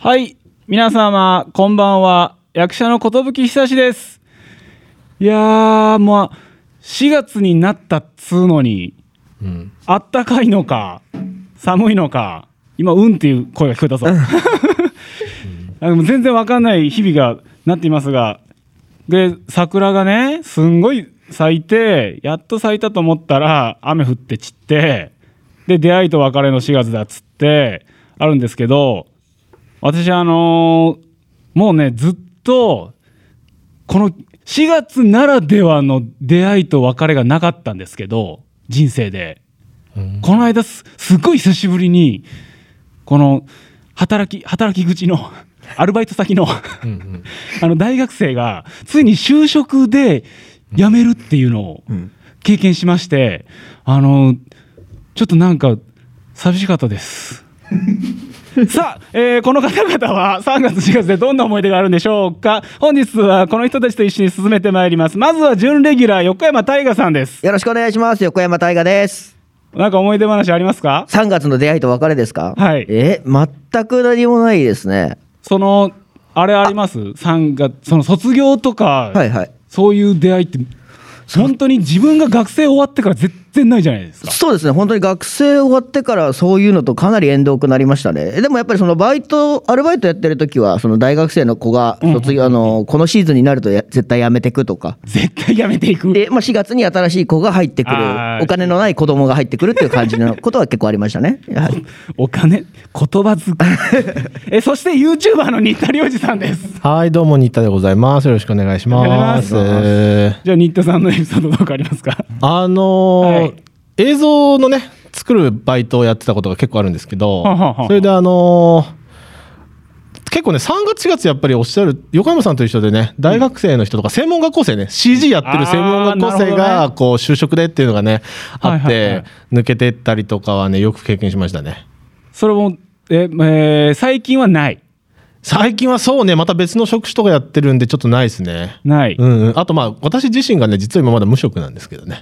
はい、皆様こんばんは。役者の寿久志です。いやー、もう4月になったっつうのに、あったかいのか寒いのか、今っていう声が聞こえたぞ全然わかんない日々がなっていますが、で桜がねすんごい咲いて、やっと咲いたと思ったら雨降って散って、で出会いと別れの4月だっつってあるんですけど、私もうねずっとこの4月ならではの出会いと別れがなかったんですけど、人生で、この間すっごい久しぶりにこの働き口のアルバイト先の大学生がついに就職で辞めるっていうのを経験しまして、ちょっとなんか寂しかったですさあ、この方々は3月4月でどんな思い出があるんでしょうか。本日はこの人たちと一緒に進めてまいります。まずは準レギュラー横山大河さんです。 よろしくお願いします。横山大河です。 なんか思い出話ありますか。 3月の出会いと別れですか。 はい。 全く何もないですね。 あれあります。3月その卒業とか、 はいはい、 そういう出会いって本当に自分が学生終わってから全然ないじゃないですか。 そうですね、本当に学生終わってからそういうのとかなり縁遠くなりましたね。でもやっぱりそのアルバイトやってる時は、その大学生の子が卒業、このシーズンになると絶対辞めていくとか、 絶対辞めていくで、4月に新しい子が入ってくる、お金のない子供が入ってくるっていう感じのことは結構ありましたねお金、言葉遣いそして YouTuber の新田良二さんです。 はい、どうも新田でございます。よろしくお願いします。じゃあ新田さんのエピソードどうかありますか。 はい、映像のね作るバイトをやってたことが結構あるんですけど、それで結構ね3月4月やっぱりおっしゃる横山さんと一緒でね、大学生の人とか専門学校生ね、 CG やってる専門学校生がこう就職でっていうのがねあって抜けてったりとかはねよく経験しましたね。 それも最近はない。 最近はそうね、また別の職種とかやってるんでちょっとないですね。 ない、 あと私自身がね実は今まだ無職なんですけどね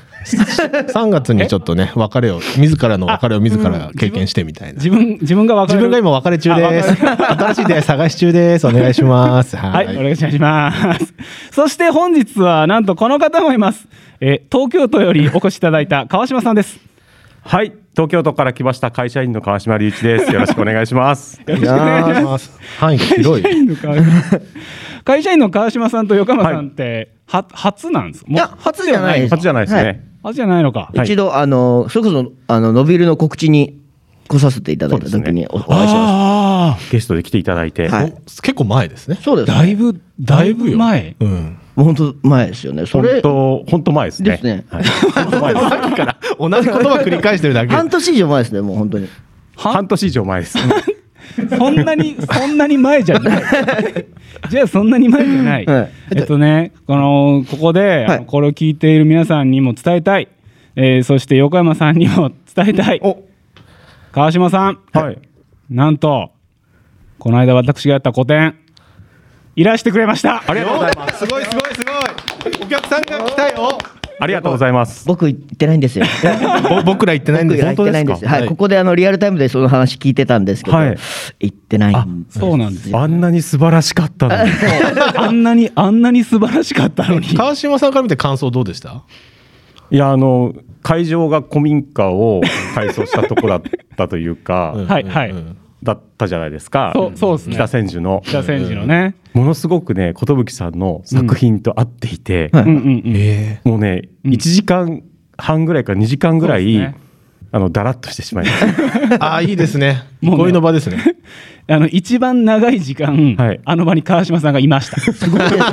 3月にちょっとね自らの別れを自ら経験してみたいな。 自分が今別れ中です新しい出会い探し中です。お願いしますはい、お願いしますそして本日はなんとこの方もいます。東京都よりお越しいただいた川島さんです。 はい、東京都から来ました会社員の川島隆一です。よろしくお願いしますよろしくお願いします。 範囲広い。 会社員の川島さんと横山さんって、初なんですか。 いや初じゃないです。 初じゃないですね、 初じゃないのか。 一度それこそノビルの告知に来させていただいた時にお会いしました。ゲストで来ていただいて、 結構前ですね。 そうです、 だいぶ前、 もう本当前ですよね。それ本当前ですね。 ですね。 さっきから同じ言葉繰り返してるだけ。 半年以上前ですね。もう本当に半年以上前ですそんなに前じゃないじゃあそんなに前じゃない、ここで、これを聞いている皆さんにも伝えたい、そして横山さんにも伝えたい。川島さん、なんとこの間私がやった個展いらしてくれました。 ありがとうございます。 すごいお客さんが来たよ。 ありがとうございます。 僕行ってないんですよ僕ら行ってないんです。 本当ですか。はい、ここでリアルタイムでその話聞いてたんですけど、行ってないんです。 そうなんですよ。 あんなに素晴らしかったのにあんなに素晴らしかったのに。 川島さんから見て感想どうでした。 いや会場が古民家を改装したとこだったというかだったじゃないですか。 そうですね。 北千住のね、 ものすごくね寿さんの作品と合っていて、もうね1時間半ぐらいから2時間ぐらい、だらっとしてしまいましたいいですね。憩いの場ですね一番長い時間、あの場に川島さんがいましたすごいですね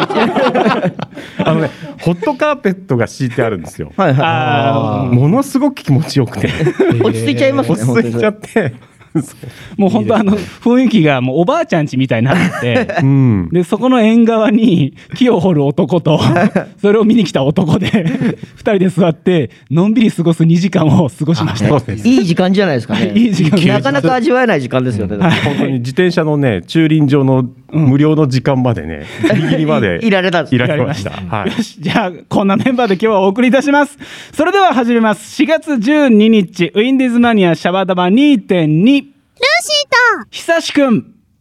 ホットカーペットが敷いてあるんですよ。ものすごく気持ちよくて落ち着いちゃいますね。 落ち着いちゃってもう本当雰囲気がもうおばあちゃん家みたいになってて、でそこの縁側に木を掘る男とそれを見に来た男で2人で座ってのんびり過ごす2時間を過ごしました。 いい時間じゃないですかね。 いい時間、 なかなか味わえない時間ですよね。 本当に自転車のね駐輪場の無料の時間までね、ギリギリまでいられたんです。 いられました。 よし、じゃあこんなメンバーで今日はお送りいたします。それでは始めます。4月12日ウィンディーズマニアシャバダバ 2.2 ルーシーと久しくん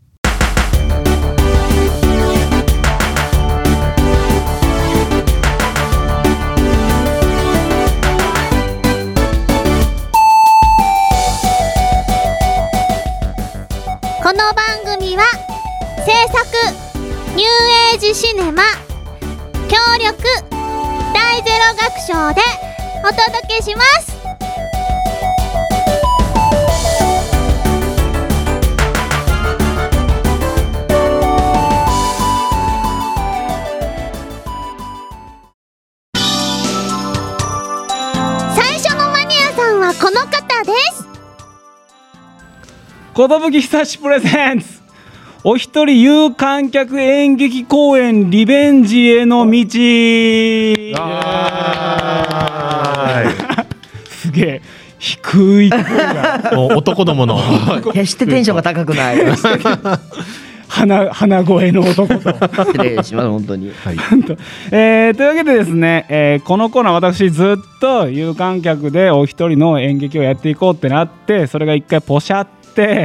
この番組は制作ニューエイジシネマ協力大ゼロ学賞でお届けします。最初のマニアさんはこの方です。 寿久志プレゼンツお一人有観客演劇公演リベンジへの道。すげえ低い声がもう男どもの決してテンションが高くない鼻声の男と失礼します本当に、 はいというわけでですね、このコーナー私ずっと有観客でお一人の演劇をやっていこうってなって、それが一回ポシャって、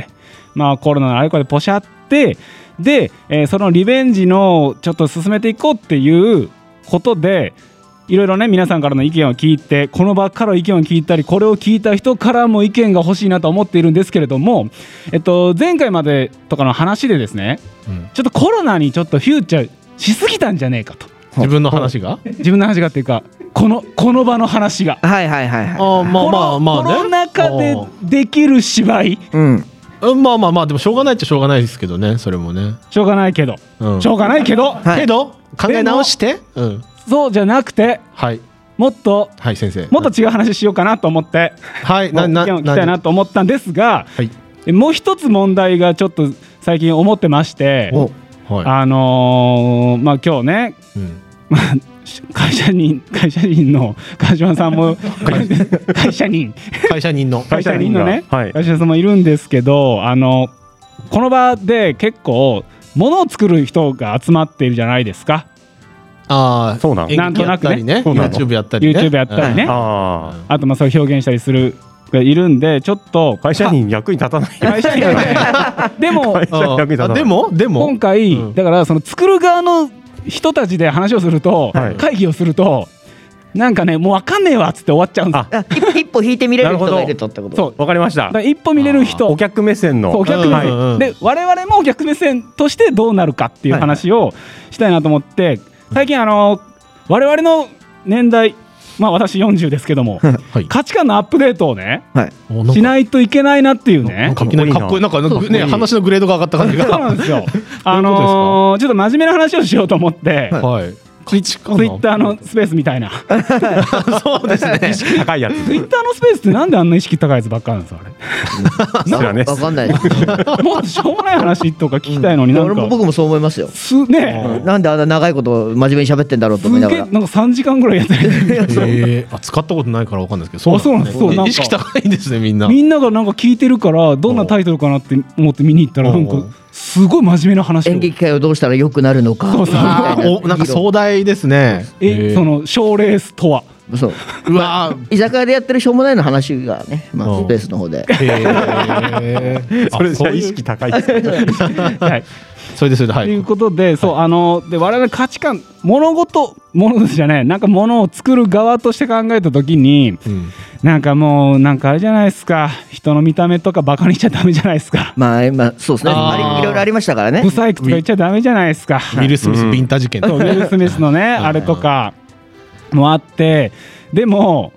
まあコロナのあれこれでポシャってで、そのリベンジのちょっと進めていこうっていうことでいろいろね皆さんからの意見を聞いて、この場から意見を聞いたりこれを聞いた人からも意見が欲しいなと思っているんですけれども、前回までとかの話でですね、ちょっとコロナにちょっとフューチャーしすぎたんじゃねえかと。 自分の話がっていうかこの場の話がはいはいはいはい。 コロナ禍でできる芝居、 まあでもしょうがないっちゃしょうがないですけどね、それもねしょうがないけど、 うんしょうがないけど、 はいけど考え直してそうじゃなくてはいもっとはい先生もっと違う話しようかなと思って、 はい意見を聞きたいなと思ったんですが、 はいもう一つ問題がちょっと最近思ってまして、 はいまあ今日ね、まあ会社人の川島さんも会社人のね、 はい会社さんもいるんですけど、この場で結構物を作る人が集まっているじゃないですか。 ああそうなのなんとなくねそうなの YouTube やったりね YouTube やったりね、 ああとまあそういう表現したりするがいるんで、ちょっと会社員役に立たないよ会社員がねでも会社員役に立たないでも今回、だからその作る側の人たちで話をすると、 はい会議をするとなんかねもう分かんねえわっつって終わっちゃうんです。 あ一歩引いて見れる人がいるとってこと。 そうわかりましただから一歩見れる人、 お客目線のそうお客目線、 うんで我々もお客目線としてどうなるかっていう話をしたいなと思って、最近我々の年代、まあ私40ですけども、 はい価値観のアップデートをねはいしないといけないなっていうね。 いきなりかっこいいなんかね話のグレードが上がった感じがそうなんですよ。ちょっと真面目な話をしようと思って、 はいツイッターのスペースみたいなそうですね意識高いやつツイッターのスペースってなんであんな意識高いやつばっかなんですかあれ。 知らねわかんないです。 もっとしょうもない話とか聞きたいのになんか、 僕もそう思いますよ。 ねなんであんな長いこと真面目に喋ってんだろうと思いながら。 すげえなんか3時間ぐらいやってる使ったことないからわかんないですけどそうなんです。そうなんか意識高いんですねみんなみんながなんか聞いてるからどんなタイトルかなって思って見に行ったらなんかすごい真面目な話を演劇界をどうしたら良くなるのか。 そうそうなんか壮大ですねその賞レースとはそう。 うわ居酒屋でやってるしょうもないの話がね、まあスペースの方で。 それじゃ意識高いですはいそれでということで、そうで我々価値観物じゃないなんか物を作る側として考えた時に、なんかもうなんかあれじゃないですか、人の見た目とかバカにしちゃダメじゃないですか。 まあそうですね。いろいろありましたからね。 ブサイクとか言っちゃダメじゃないですか。 ウィル・スミスビンタ事件そうウィル・スミスのねあれとかもあって、でも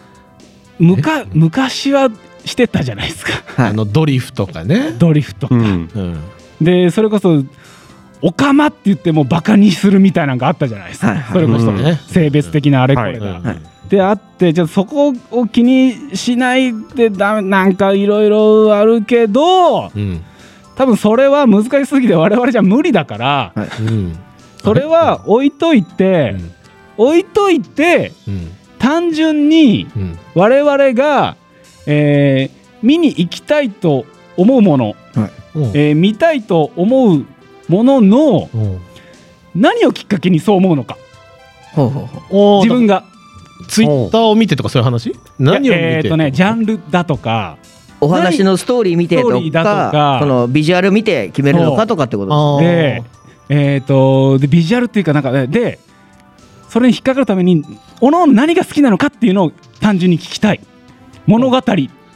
昔はしてたじゃないですか。 ドリフとかねドリフとか、 うんでそれこそオカマって言ってもバカにするみたいなのがあったじゃないですか、 はいはいそれこそ、 ね性別的なあれこれが、 はいであって、じゃあそこを気にしないでダメなんかいろいろあるけど、多分それは難しすぎて我々じゃ無理だから、それは置いといて、単純に我々が、見に行きたいと思うもの、見たいと思うものの何をきっかけにそう思うのか、自分がツイッターを見てとかそういう話？何を見て？ ジャンルだとかお話のストーリー見てとか、そのビジュアル見て決めるのかとかってことで、でビジュアルっていうかなんかでそれに引っかかるためにおのおの何が好きなのかっていうのを単純に聞きたい物語。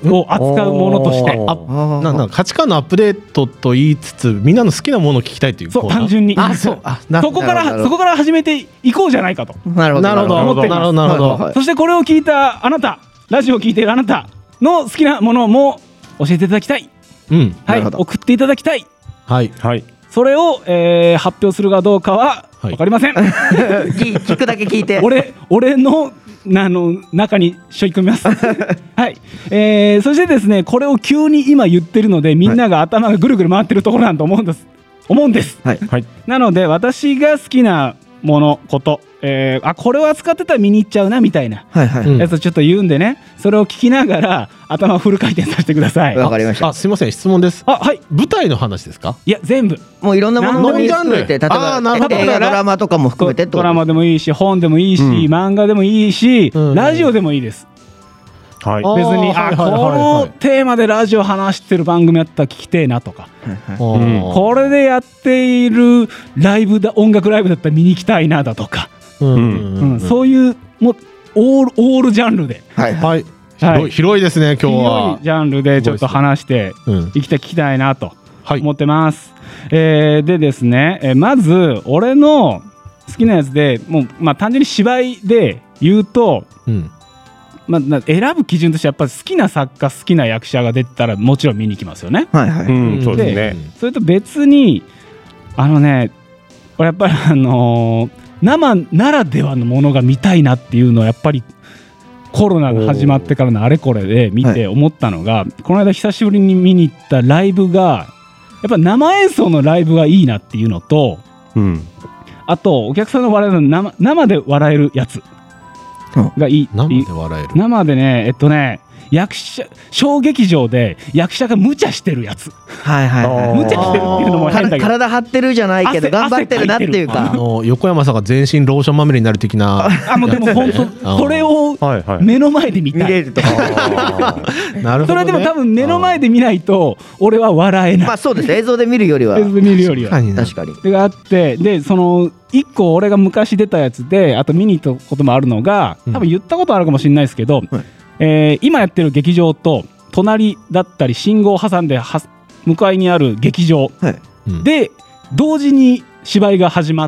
を扱うものとして、 なんか価値観のアップデートと言いつつみんなの好きなものを聞きたいというそう単純にそこから始めていこうじゃないかと。 なるほど思ってます。 なるほど。 そしてこれを聞いたあなた、ラジオを聞いているあなたの好きなものも教えていただきたい。はい、送っていただきたい。 はいそれを、発表するかどうかは分かりません。 聞くだけ聞いて俺の中にしょい込みます。はい、そしてですね、これを急に今言ってるのでみんなが頭がぐるぐる回ってるところなんと思うんです。はい、なので私が好きなものこと、これを扱ってたら見に行っちゃうなみたいなやつをちょっと言うんでね、それを聞きながら頭をフル回転させてください。 わかりました。 すいません、質問です。 はい、 舞台の話ですか？ いや全部もういろんなものも含めて、例えば映画ドラマとかも含めてドラマでもいいし本でもいいし、漫画でもいいし、ラジオでもいいです。別にこのテーマでラジオ話してる番組やったら聞きてえなとか、これでやっているライブ音楽ライブだったら見に行きたいなだとか、そういうもうオールジャンルで、 広いですね今日は。 広いジャンルでちょっと話して聞きたいなと思ってます。でですね、まず俺の好きなやつでもう単純に芝居で言うと。選ぶ基準としてやっぱり好きな作家好きな役者が出てたらもちろん見に行きますよね。 そうですね。 それと別に俺やっぱり生ならではのものが見たいなっていうのはやっぱりコロナが始まってからのあれこれで見て思ったのが、この間久しぶりに見に行ったライブがやっぱ生演奏のライブがいいなっていうのと、あとお客さんの笑いの生で笑えるやつがいい。 生で笑える。 生でね、小劇場で役者が無茶してるやつ。無茶してるっていうのも変だけど、 体張ってるじゃないけど頑張ってるなっていうか、 横山さんが全身ローションまみれになる的な。 もうでも本当それを目の前で見たい。見れるとか。 なるほどね。 それはでも多分目の前で見ないと俺は笑えない。 そうです。映像で見るよりは。 確かに。があって、でその一個俺が昔出たやつで、あと見に行ったこともあるのが、多分言ったことあるかもしれないですけど、今やってる劇場と隣だったり信号を挟んで向かいにある劇場で同時に芝居が始まって、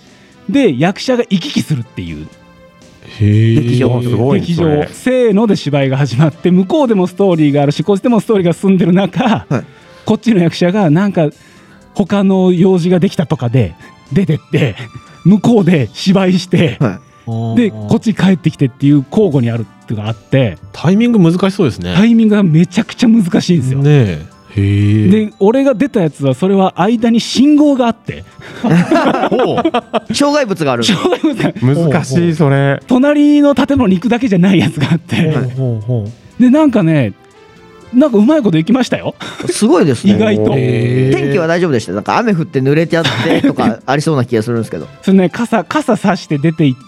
で役者が行き来するっていう劇場せーので芝居が始まって、向こうでもストーリーがあるしこっちでもストーリーが進んでる中、こっちの役者がなんか他の用事ができたとかで出てって向こうで芝居して、でこっち帰ってきてっていう交互にあるっていうのがあって、 タイミング難しそうですね。 タイミングがめちゃくちゃ難しいんですよ。で俺が出たやつはそれは間に信号があって障害物がある。 難しい。それ隣の建物に行くだけじゃないやつがあって、でなんかね、なんかうまいこといきましたよ。 すごいですね。 意外と天気は大丈夫でした。なんか雨降って濡れちゃってとかありそうな気がするんですけど、 それね、傘さして出て行って、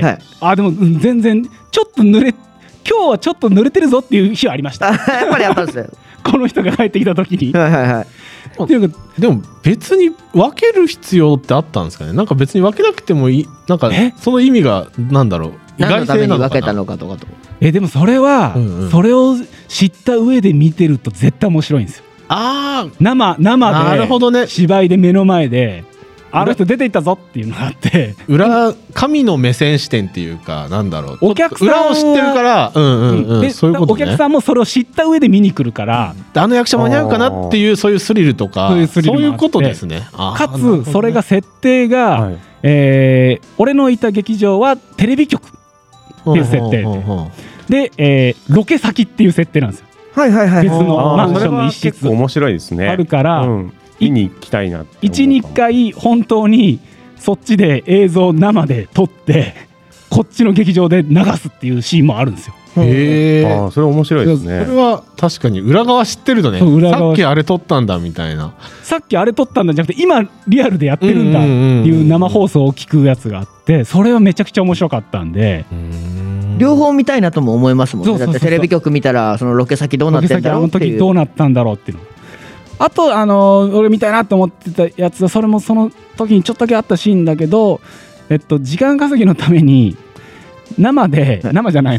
でも全然ちょっと今日はちょっと濡れてるぞっていう日はありました。 やっぱりあったんですね。 この人が帰ってきた時に。 でも別に分ける必要ってあったんですかね。なんか別に分けなくてもいい、なんかその意味がなんだろう、意外性なのかな。何のために分けたのかとかと。 でもそれは、それを知った上で見てると絶対面白いんですよ。生で芝居で目の前であの人出ていったぞっていうのがあって、 神の目線視点っていうか、なんだろう、 お客さん裏を知ってるから、そういうことね。 お客さんもそれを知った上で見に来るから、 あの役者間に合うかなっていう、そういうスリルとか、そういうことですね。 かつそれが設定が、俺のいた劇場はテレビ局っていう設定で、ロケ先っていう設定なんですよ。別のマンションの一室結構面白いですね。 あるから、 見に行きたいなって。 1,2 回本当にそっちで映像生で撮ってこっちの劇場で流すっていうシーンもあるんですよ。 それ面白いですね。 それは確かに裏側知ってるとね、さっきあれ撮ったんだみたいな、 さっきあれ撮ったんだじゃなくて今リアルでやってるんだっていう生放送を聞くやつがあって、それはめちゃくちゃ面白かったんで、 両方見たいなとも思いますもんね。だってテレビ局見たらそのロケ先どうなってんだろうっていう、 あの時どうなったんだろうっていうの。あと俺見たいなと思ってたやつは、それもその時にちょっとだけあったシーンだけど、時間稼ぎのために生じゃないな、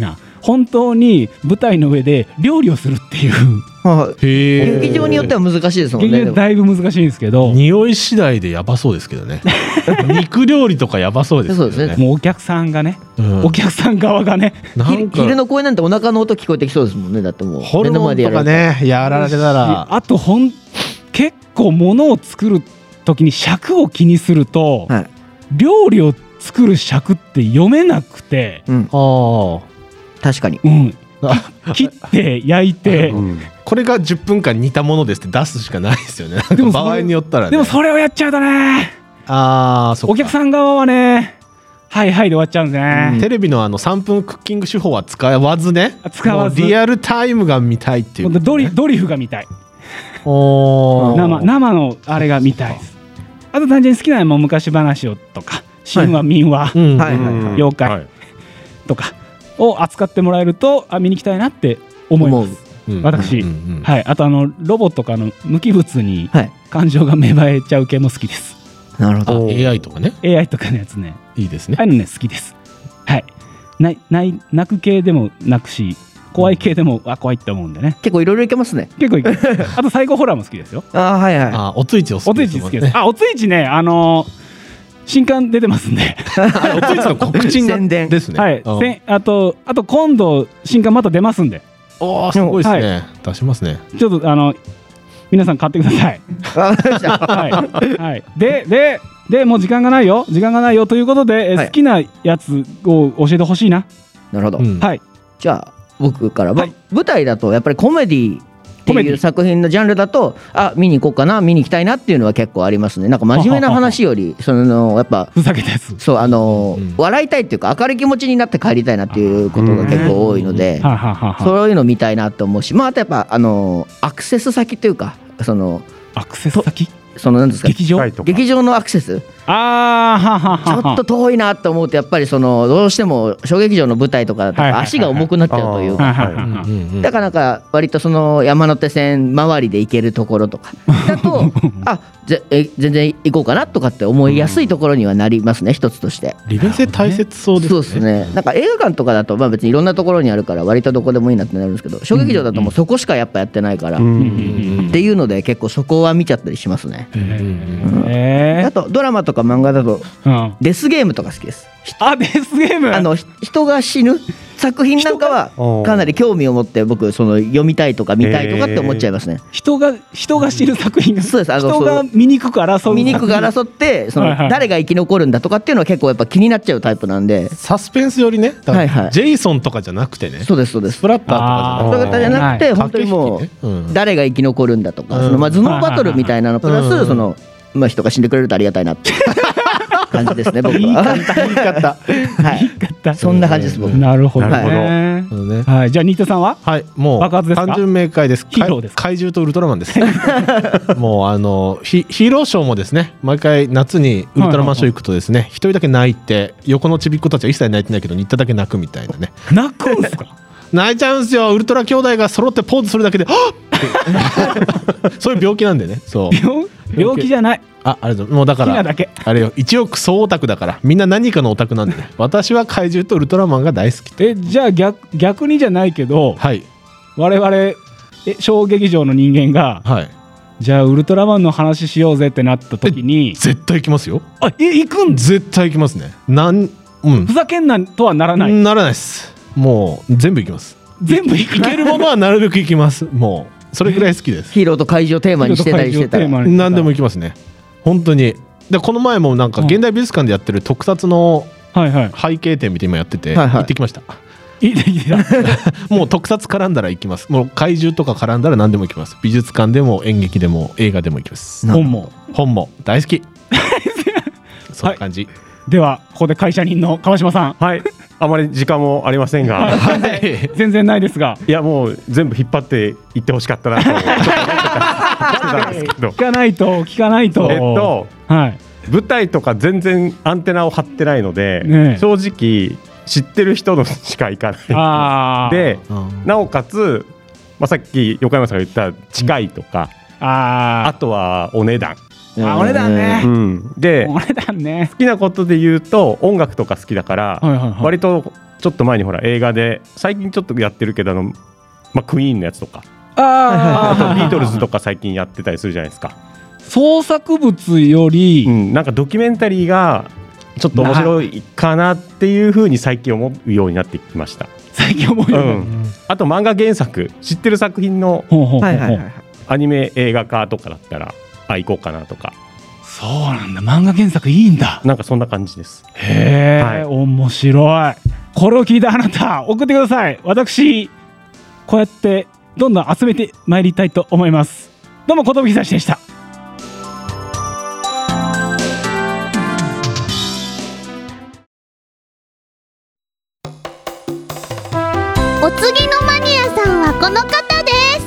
本当に舞台の上で料理をするっていう劇場によっては難しいですもんね。 劇場だいぶ難しいんですけど、 匂い次第でやばそうですけどね肉料理とかやばそうですよね。 そうですね。 もうお客さんがね、お客さん側がね、 なんか昼の声なんてお腹の音聞こえてきそうですもんね。だってもうホルモンとかねやられたら、 あと結構物を作る時に尺を気にすると、料理を作る尺って読めなくて、 確かに、 切って焼いて、 これが10分間煮たものですって出すしかないですよね。でも場合によったらね。 でもそれをやっちゃうとね、お客さん側はね、はいはいで終わっちゃうんですね。 テレビの3分クッキング手法は使わずね、リアルタイムが見たいっていう、 ドリフが見たい、生のあれが見たいです。あと単純に好きなも昔話をとか神話民話、妖怪とかを扱ってもらえると見に行きたいなって思います、私。あとロボとかの無機物に感情が芽生えちゃう系も好きです。 なるほど。 AI とかね、 AI とかのやつね、 いいですね。 ああいうのね好きです。泣く系でも泣くし、怖い系でも怖いって思うんでね。 結構いろいろいけますね。 結構いけあと最高ホラーも好きですよ。 おついちお好きですもんね。 おついちね、新刊出てますんでおついちの告知宣伝ですね。 あと今度新刊また出ますんで。 すごいですね。出しますね。 ちょっと皆さん買ってください。でもう時間がないよということで、好きなやつを教えてほしいな。 なるほど。じゃあ僕から舞台だとやっぱりコメディっていう作品のジャンルだと見に行こうかな、見に行きたいなっていうのは結構ありますね。なんか真面目な話よりやっぱふざけたやつ、 笑いたいっていうか明るい気持ちになって帰りたいなっていうことが結構多いので、そういうの見たいなと思うし、あとやっぱアクセス先というか、 アクセス先、 なんですか、劇場のアクセス、ちょっと遠いなと思うと、やっぱりどうしても小劇場の舞台とかだと足が重くなっちゃうというか、だからなんか割と山手線周りで行けるところとかだと全然行こうかなとかって思いやすいところにはなりますね、一つとして。 利便性大切そうですね。 そうですね。なんか映画館とかだと別にいろんなところにあるから割とどこでもいいなってなるんですけど、小劇場だともうそこしかやっぱやってないからっていうので結構そこは見ちゃったりしますね。あとドラマとか漫画だとデスゲームとか好きです。 デスゲーム、 人が死ぬ作品なんかはかなり興味を持って僕読みたいとか見たいとかって思っちゃいますね。 人が死ぬ作品が、 そうです。 人が醜く争って誰が生き残るんだとかっていうのは結構やっぱ気になっちゃうタイプなんで、 サスペンスよりね、ジェイソンとかじゃなくてね、 そうですスプラッターとかじゃなくて本当にもう誰が生き残るんだとか、頭脳バトルみたいなのプラス人が死んでくれるとありがたいなって感じですね。僕は言い方そんな感じです僕。 なるほどね。じゃあ新田さんはもう単純明快です。怪獣とウルトラマンです。もうヒーローショーもですね、毎回夏にウルトラマンショー行くとですね、一人だけ泣いて、横のちびっ子たちは一切泣いてないけど新田だけ泣くみたいなね。 泣くんですか？ 泣いちゃうんですよ。ウルトラ兄弟が揃ってポーズするだけでそういう病気なんでね。 病気じゃない。 ありがとう。もうだからあれよ、一億総オタクだから、みんな何かのオタクなんでね。私は怪獣とウルトラマンが大好き。 じゃあ逆にじゃないけど、我々小劇場の人間が、じゃあウルトラマンの話しようぜってなった時に絶対行きますよ。 行くん？ 絶対行きますね。 ふざけんなとはならない？ ならないです。もう全部行きます。 全部行けるものはなるべく行きます。もうそれぐらい好きです。 ヒーローと怪獣をテーマにしてたりしてたら何でも行きますね。本当に。でこの前もなんか現代美術館でやってる特撮の背景展みたいな今やってて行ってきました。もう特撮絡んだら行きます。もう怪獣とか絡んだら何でも行きます。美術館でも演劇でも映画でも行きます。本も大好き。そういう感じ。 ではここで会社人の川島さん。 あまり時間もありませんが全然ないですが、 いやもう全部引っ張っていってほしかったなと聞かないと舞台とか全然アンテナを張ってないので、正直知ってる人のしか行かないで、なおかつ、さっき横山さんが言った近いとか、あとはお値段お値段ね、 でお値段ね、 好きなことで言うと音楽とか好きだから、割とちょっと前にほら映画で最近ちょっとやってるけどクイーンのやつとか、あとビートルズとか最近やってたりするじゃないですか。 創作物より、 なんかドキュメンタリーがちょっと面白いかなっていう風に最近思うようになってきました。 最近思うように、 あと漫画原作知ってる作品のアニメ映画化とかだったら行こうかなとか。 そうなんだ、漫画原作いいんだ。 なんかそんな感じです。 へえ、面白い。これを聞いたあなた送ってください。私こうやってどんどん集めてまいりたいと思います。どうも寿久志でした。 お次のマニアさんはこの方です。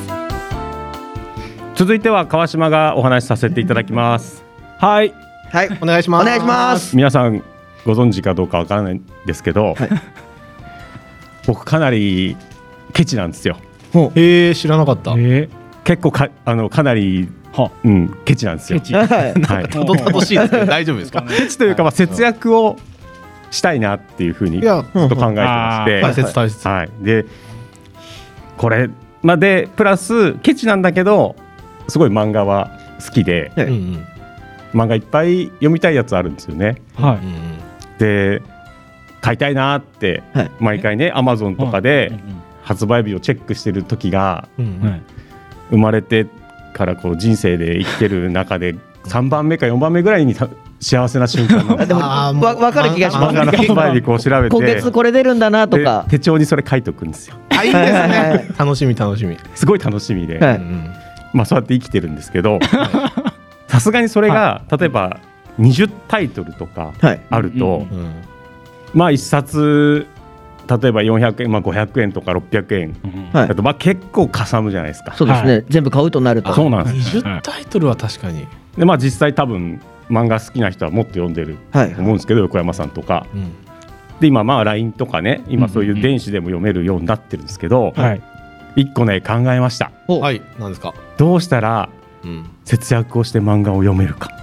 続いては川島がお話しさせていただきます。 はい、お願いします。 お願いします。 皆さんご存知かどうかわからないんですけど、僕かなりケチなんですよ。 知らなかった。 結構かなりケチなんですよ。 たどたどしいですけど大丈夫ですか？ ケチというか節約をしたいなっていうふうにずっと考えてまして、 大切。 でこれでプラスケチなんだけどすごい漫画は好きで、漫画いっぱい読みたいやつあるんですよね。で買いたいなって毎回ね Amazon とかで発売日をチェックしてる時が、生まれてからこう人生で生きてる中で3番目か4番目ぐらいに幸せな瞬間なんです。 でも分かる気がします。 漫画の発売日こう調べて今月これ出るんだなとか手帳にそれ書いておくんですよ。 いいですね。楽しみすごい楽しみで、そうやって生きてるんですけど、さすがにそれが例えば20タイトルとかあると、1冊例えば400円、500円とか600円だと結構かさむじゃないですか。 そうですね、全部買うとなると。 そうなんです。 20タイトルは確かにで、実際多分漫画好きな人はもっと読んでると思うんですけど、横山さんとか、で今LINE とかね、今そういう電子でも読めるようになってるんですけど、1個ね考えました。 何ですか？ どうしたら節約をして漫画を読めるか。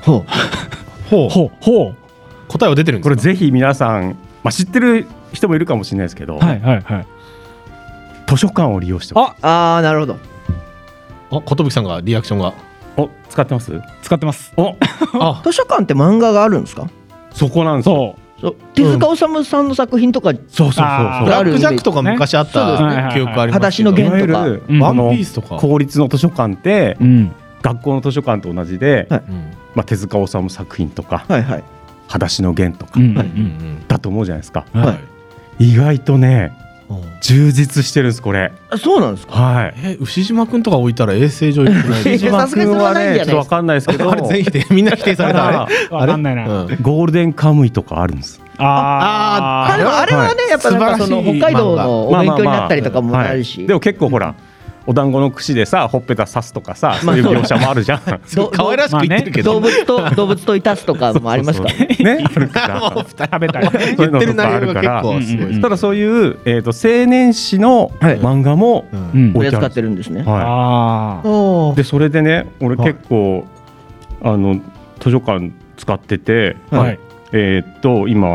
答えは出てるんですか？ これぜひ皆さん、知ってる人もいるかもしれないですけど、図書館を利用してます。 なるほど。 寿さんがリアクションが使ってます？ 使ってます。 図書館って漫画があるんですか？ そこなんですよ。 手塚治虫さんの作品とか、 ブラックジャックとか昔あった記憶ありますけど、 裸足の弦とかワンピースとか。 公立の図書館って学校の図書館と同じで、手塚治虫作品とか裸足の弦とかだと思うじゃないですか。意外とね充実してるんですこれ。 そうなんですか？ 牛島くんとか置いたら衛生上良くない？ 牛島くんはねちょっと分かんないですけど、 あれ全否定、みんな否定された。 分かんないな。 ゴールデンカムイとかあるんです。 あれはねやっぱなんかその北海道のお勉強になったりとかもあるし、 でも結構ほらお団子の串でさほっぺた刺すとかさ、そういう描写もあるじゃん。 可愛らしく言ってるけど、 動物といたすとかもありますからね。 食べたり言ってる内容が結構すごい。 ただそういう青年誌の漫画も取り扱ってるんですね。 でそれでね俺結構図書館使ってて、今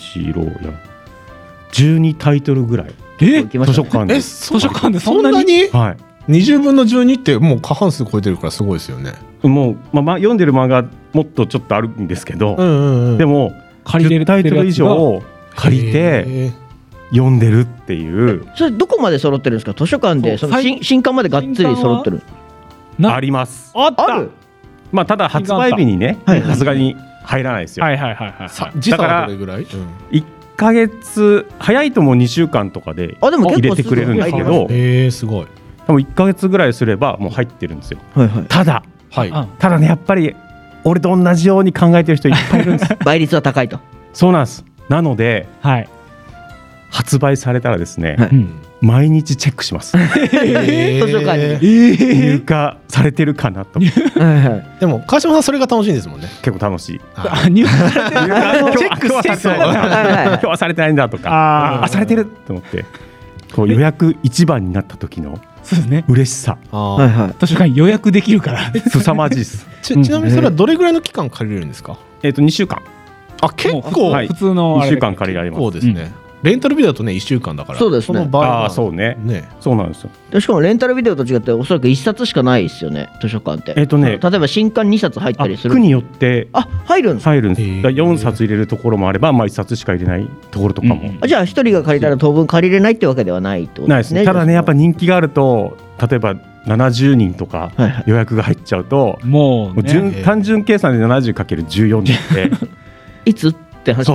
12タイトルぐらい図書館で図書館でそんなに 20分の12ってもう過半数超えてるからすごいですよね。 もう、読んでる漫画もっとちょっとあるんですけど、でも10タイトル以上借りて読んでるっていう。 それどこまで揃ってるんですか？図書館でその新刊までがっつり揃ってる？ あります。 ある。 ただ発売日にねさすがに入らないですよ。 時差はどれぐらい ？1ヶ月早いともう2週間とかで入れてくれるんですけど、 すごい。 でも1ヶ月ぐらいすればもう入ってるんですよ。ただねやっぱり俺と同じように考えてる人いっぱいいるんです。 倍率は高いと。 そうなんです。なので発売されたらですね毎日チェックします。 図書館に入荷されてるかなと。 でも川島さんそれが楽しいんですもんね。 結構楽しい。 入荷されてる。 チェックして今日はされてないんだとか、されてると思ってこう予約一番になった時のそうですね、 嬉しさ、 図書館予約できるから凄まじいです。 ちなみにそれはどれぐらいの期間借りれるんですか ？2週間。 あ、結構普通の 2週間借りられます。 そうですね。レンタルビデオだとね1週間だから。 そうですね。 そうね。そうなんですよ。 しかもレンタルビデオと違っておそらく1冊しかないですよね、図書館って。例えば新刊2冊入ったりする。 区によって入るんです。 4冊入れるところもあれば、1冊しか入れないところとかも。 じゃあ1人が借りたら当分借りれないってわけではないってことですね。 ただね、やっぱ人気があると、例えば70人とか予約が入っちゃうと、もう単純計算で 70×14 でいつって話。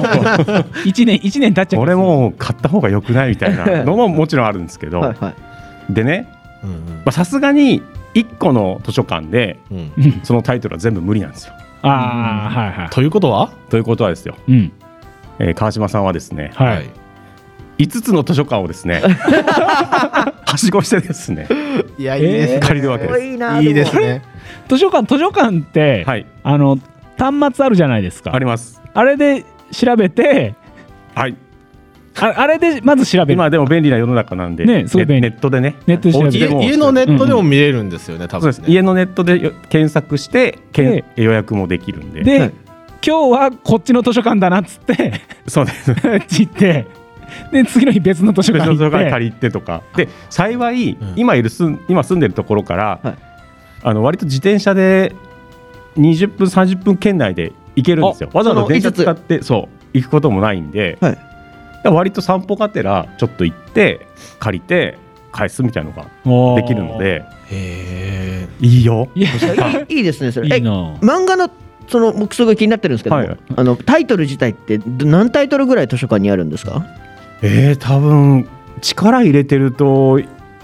1年経っちゃう。 俺もう買った方が良くないみたいなのももちろんあるんですけど、でね、さすがに1個の図書館でそのタイトルは全部無理なんですよ。 ということはですよ、川島さんはですね、5つの図書館をですねはしごしてですね、 いや、いいですね、 借りるわけです。 いいですね。 図書館って、端末あるじゃないですか。 あります。 あれで調べて、あれでまず調べる。 今でも便利な世の中なんで、ネットでね、 家のネットでも見れるんですよね、多分。 家のネットで検索して予約もできるんで、 で今日はこっちの図書館だなっつってそうです行ってで次の日別の図書館行って借りてとかで、幸い今住んでるところから、割と自転車で20分30分圏内で行けるんですよ。わざわざ電車使って行くこともないんで、割と散歩がてらちょっと行って借りて返すみたいなのができるので、いいよ。 いいですね、それ。漫画の僕すごい気になってるんですけど、タイトル自体って何タイトルぐらい図書館にあるんですか？ 多分力入れてると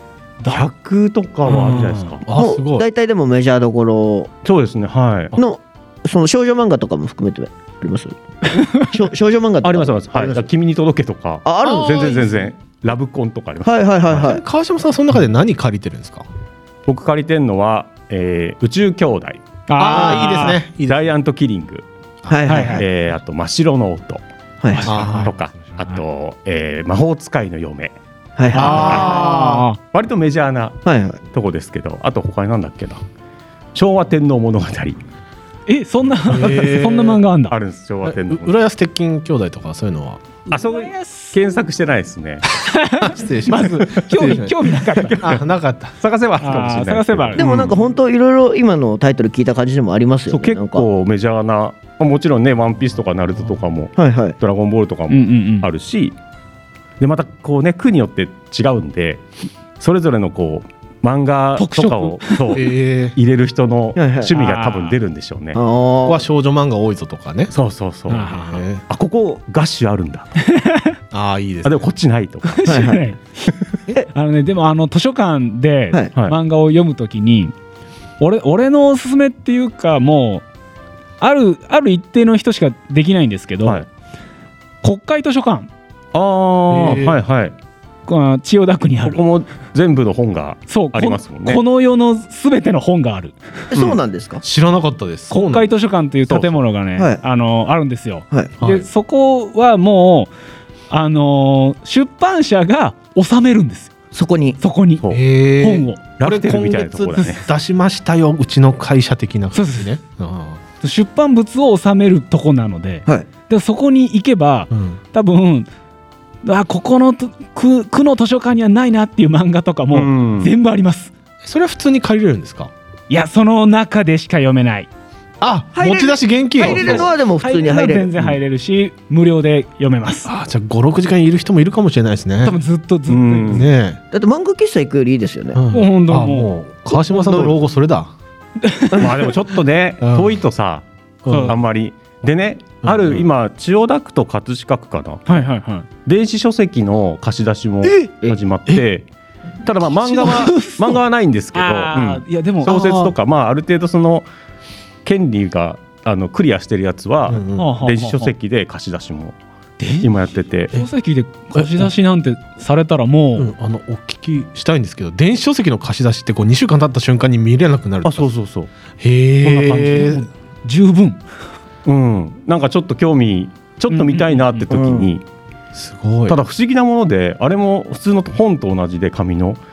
100とかはあるんじゃないですか。 すごい。大体でもメジャーどころ。 そうですね、 のその少女漫画とかも含めてあります？少女漫画とかあります。君に届けとか。 あるの？ 全然ラブコンとかあります。 川島さんその中で何借りてるんですか？ 僕借りてるのは宇宙兄弟。 いいですね。 ジャイアントキリング。あと真っ白の音とか、あと魔法使いの嫁。割とメジャーなとこですけど、あと他になんだっけな、昭和天皇物語。 そんな漫画あるんです。昭和天皇。 浦安鉄筋兄弟とかそういうのはそう検索してないですね。 失礼します。 まず興味なかった。 なかった。 探せばあるかもしれない。 でもなんか本当いろいろ今のタイトル聞いた感じでもありますよね。 結構メジャーな、もちろんね、ワンピースとかナルトとかも、ドラゴンボールとかもあるし、でまたこうね、区によって違うんで、それぞれのこう漫画とかを入れる人の趣味が多分出るんでしょうね。 ここは少女漫画多いぞとかね。 そう。ここガッシュあるんだ。 いいです。 でもこっちないとか。 でも図書館で漫画を読むときに、俺のおすすめっていうか、もうある一定の人しかできないんですけど、国会図書館。千代田区にある。 ここも全部の本がありますもんね。 この世のすべての本がある。 そうなんですか？ 知らなかったです。 国会図書館という建物がね、あるんですよ。でそこはもう出版社が収めるんですよ。そこに本を。 楽天みたいなところだね。 出しましたよ、うちの会社的な感じね。 出版物を収めるとこなので、そこに行けば多分ここの区の図書館にはないなっていう漫画とかも全部あります。 それは普通に借りれるんですか？ いや、その中でしか読めない。 持ち出し現金入れるのはでも普通に入れる。 全然入れるし、無料で読めます。 じゃあ5、6時間いる人もいるかもしれないですね。 多分ずっとね。 だって漫画喫茶行くよりいいですよね。 もう川島さんの老後それだ。 でもちょっとね、遠いとさ、あんまりでね、今千代田区と葛飾区かな、電子書籍の貸し出しも始まって、ただ漫画はないんですけど、小説とかある程度その権利がクリアしてるやつは電子書籍で貸し出しも今やってて、 書籍で貸し出しなんてされたらもう、 お聞きしたいんですけど、電子書籍の貸し出しって2週間経った瞬間に見れなくなる。 そう。 へえ。 十分。 なんかちょっと見たいなって時に、 すごい。 ただ不思議なもので、あれも普通の本と同じで紙の、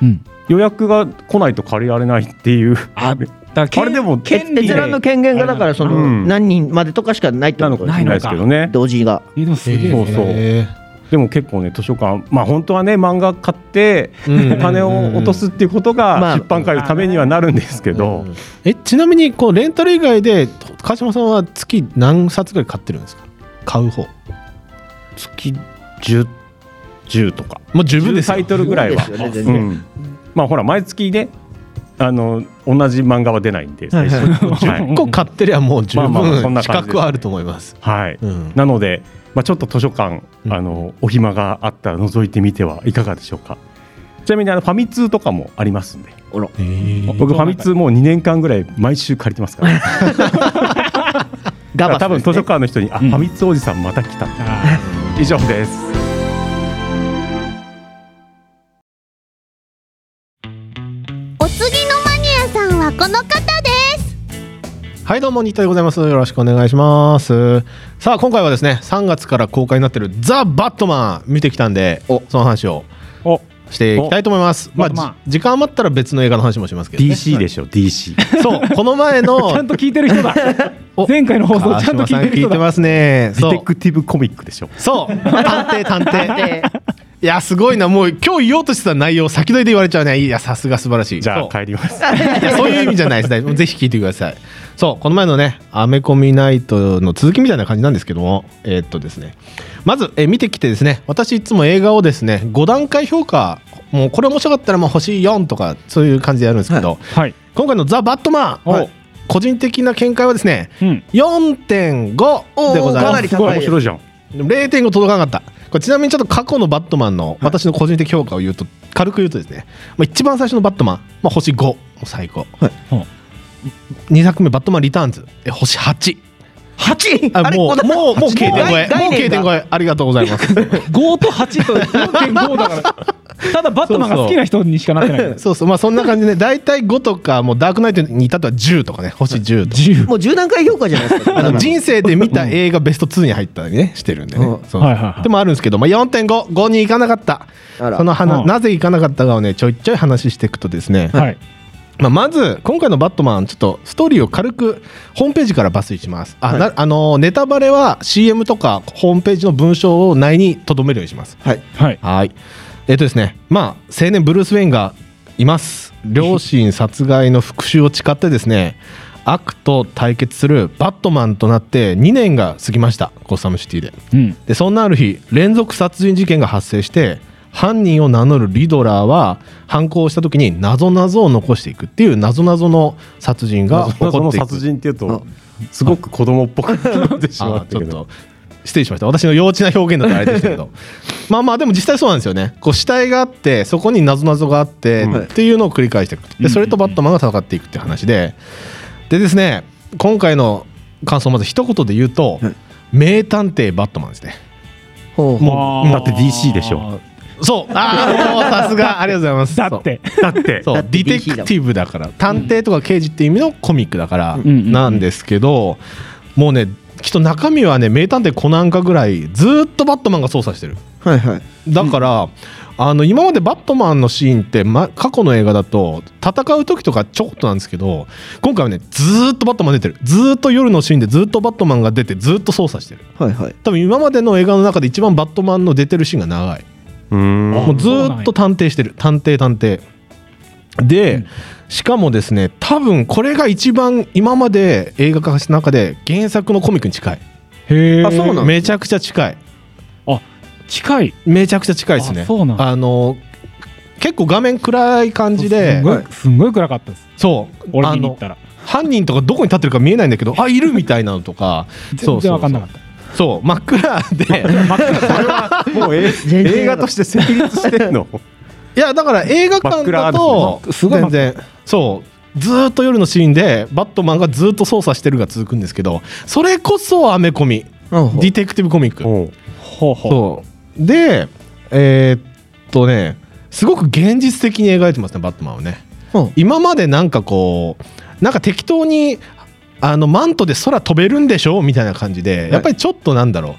予約が来ないと借りられないっていう。あれでも閲覧の権限がだからその何人までとかしかないってことないですけどね。 同時が。 でもすげえ。 そうそう。でも結構ね図書館本当はね漫画買ってお金を落とすっていうことが出版界のためにはなるんですけど、 ちなみにこうレンタル以外で川島さんは月何冊ぐらい買ってるんですか？買う方。 月10とかもう十分ですよ。 タイトルぐらいは。ほら毎月ね同じ漫画は出ないんで 10個買ってりゃもう十分資格はあると思います。 なのでちょっと図書館お暇があったら覗いてみてはいかがでしょうか。ちなみにファミ通とかもありますんで、僕ファミ通もう2年間ぐらい毎週借りてますから多分図書館の人にファミ通おじさんまた来た以上です。 お次のマニアさんはこの方です。 はいどうも新田でございます。よろしくお願いします。さあ今回はですね3月から公開になっているザ・バットマン見てきたんでその話をしていきたいと思います。時間余ったら別の映画の話もしますけど、ね、 DC でしょ DC そうこの前のちゃんと聞いてる人だ前回の放送ちゃんと聞いてる人だ。 聞いてますね。 ディテクティブコミックでしょ。 そう探偵いやすごいな。もう今日言おうとしてた内容先取りで言われちゃうね。いやさすが素晴らしい。 じゃあ帰ります。 いやそういう意味じゃないです。ぜひ聞いてください。そうこの前のねアメコミナイトの続きみたいな感じなんですけどもですねまず見てきてですね私いつも映画をですね5段階評価もうこれ面白かったらもう星4とかそういう感じでやるんですけど、今回のザ・バットマン、個人的な見解はですね、4.5 でございます。かなり高い。面白いじゃん。 0.5 届かなかった。これちなみにちょっと過去のバットマンの私の個人的評価を言うと軽く言うとですね、一番最初のバットマン、星5最高、2作目バットマンリターンズ星8。もう K 点超えもう K 点超えありがとうございます。 5と8と 4.5 だからただバットマンが好きな人にしかなってないそうそんな感じで大体5とかもうダークナイトに至っては10とかね星10とかもう10段階評価じゃないですか。 人生で見た映画ベスト2に入ったりねしてるんでねでもあるんですけど、4.5 に行かなかった。そのなぜ行かなかったかをねちょいちょい話していくとですね、まず今回のバットマンちょっとストーリーを軽くホームページから抜粋します。ネタバレは CM とかホームページの文章を内に留めるようにします。ですね青年ブルース・ウェインがいます。両親殺害の復讐を誓ってですね悪と対決するバットマンとなって2年が過ぎました。ゴッサムシティで、そんなある日連続殺人事件が発生して犯人を名乗るリドラーは犯行をした時に謎々を残していくっていう謎々の殺人が起こっていく。 殺人っていうとすごく子供っぽくなってしまったけど失礼しました。私の幼稚な表現だとあれでしたけどでも実際そうなんですよね。こう死体があってそこに謎々があってっていうのを繰り返していく。でそれとバットマンが戦っていくっていう話でですね今回の感想をまず一言で言うと、名探偵バットマンですね。 もうだって DC でしょ。 そうさすがありがとうございます。 だってそうディテクティブだから探偵とか刑事っていう意味のコミックだからなんですけど、もうねきっと中身はね名探偵コナンかぐらいずっとバットマンが操作してる。だから今までバットマンのシーンって、過去の映画だと戦う時とかちょこっとなんですけど今回はねずっとバットマン出てる。ずっと夜のシーンでずっとバットマンが出てずっと操作してる。多分今までの映画の中で一番バットマンの出てるシーンが長い。もうずっと探偵してる。探偵で、しかもですね多分これが一番今まで映画化した中で原作のコミックに近い。 そうなんめちゃくちゃ近い。 近い。 めちゃくちゃ近いですね。結構画面暗い感じですんごい暗かったです。 そう俺見に行ったら犯人とかどこに立ってるか見えないんだけどいるみたいなのとか全然分かんなかった。 そう真っ暗でそれはもう映画として成立してんのいやだから映画館だと全然そうずっと夜のシーンでバットマンがずっと操作してるが続くんですけどそれこそアメコミディテクティブコミックそうですごく現実的に描いてますねバットマンはね。今までなんか適当にマントで空飛べるんでしょみたいな感じでやっぱりちょっとなんだろう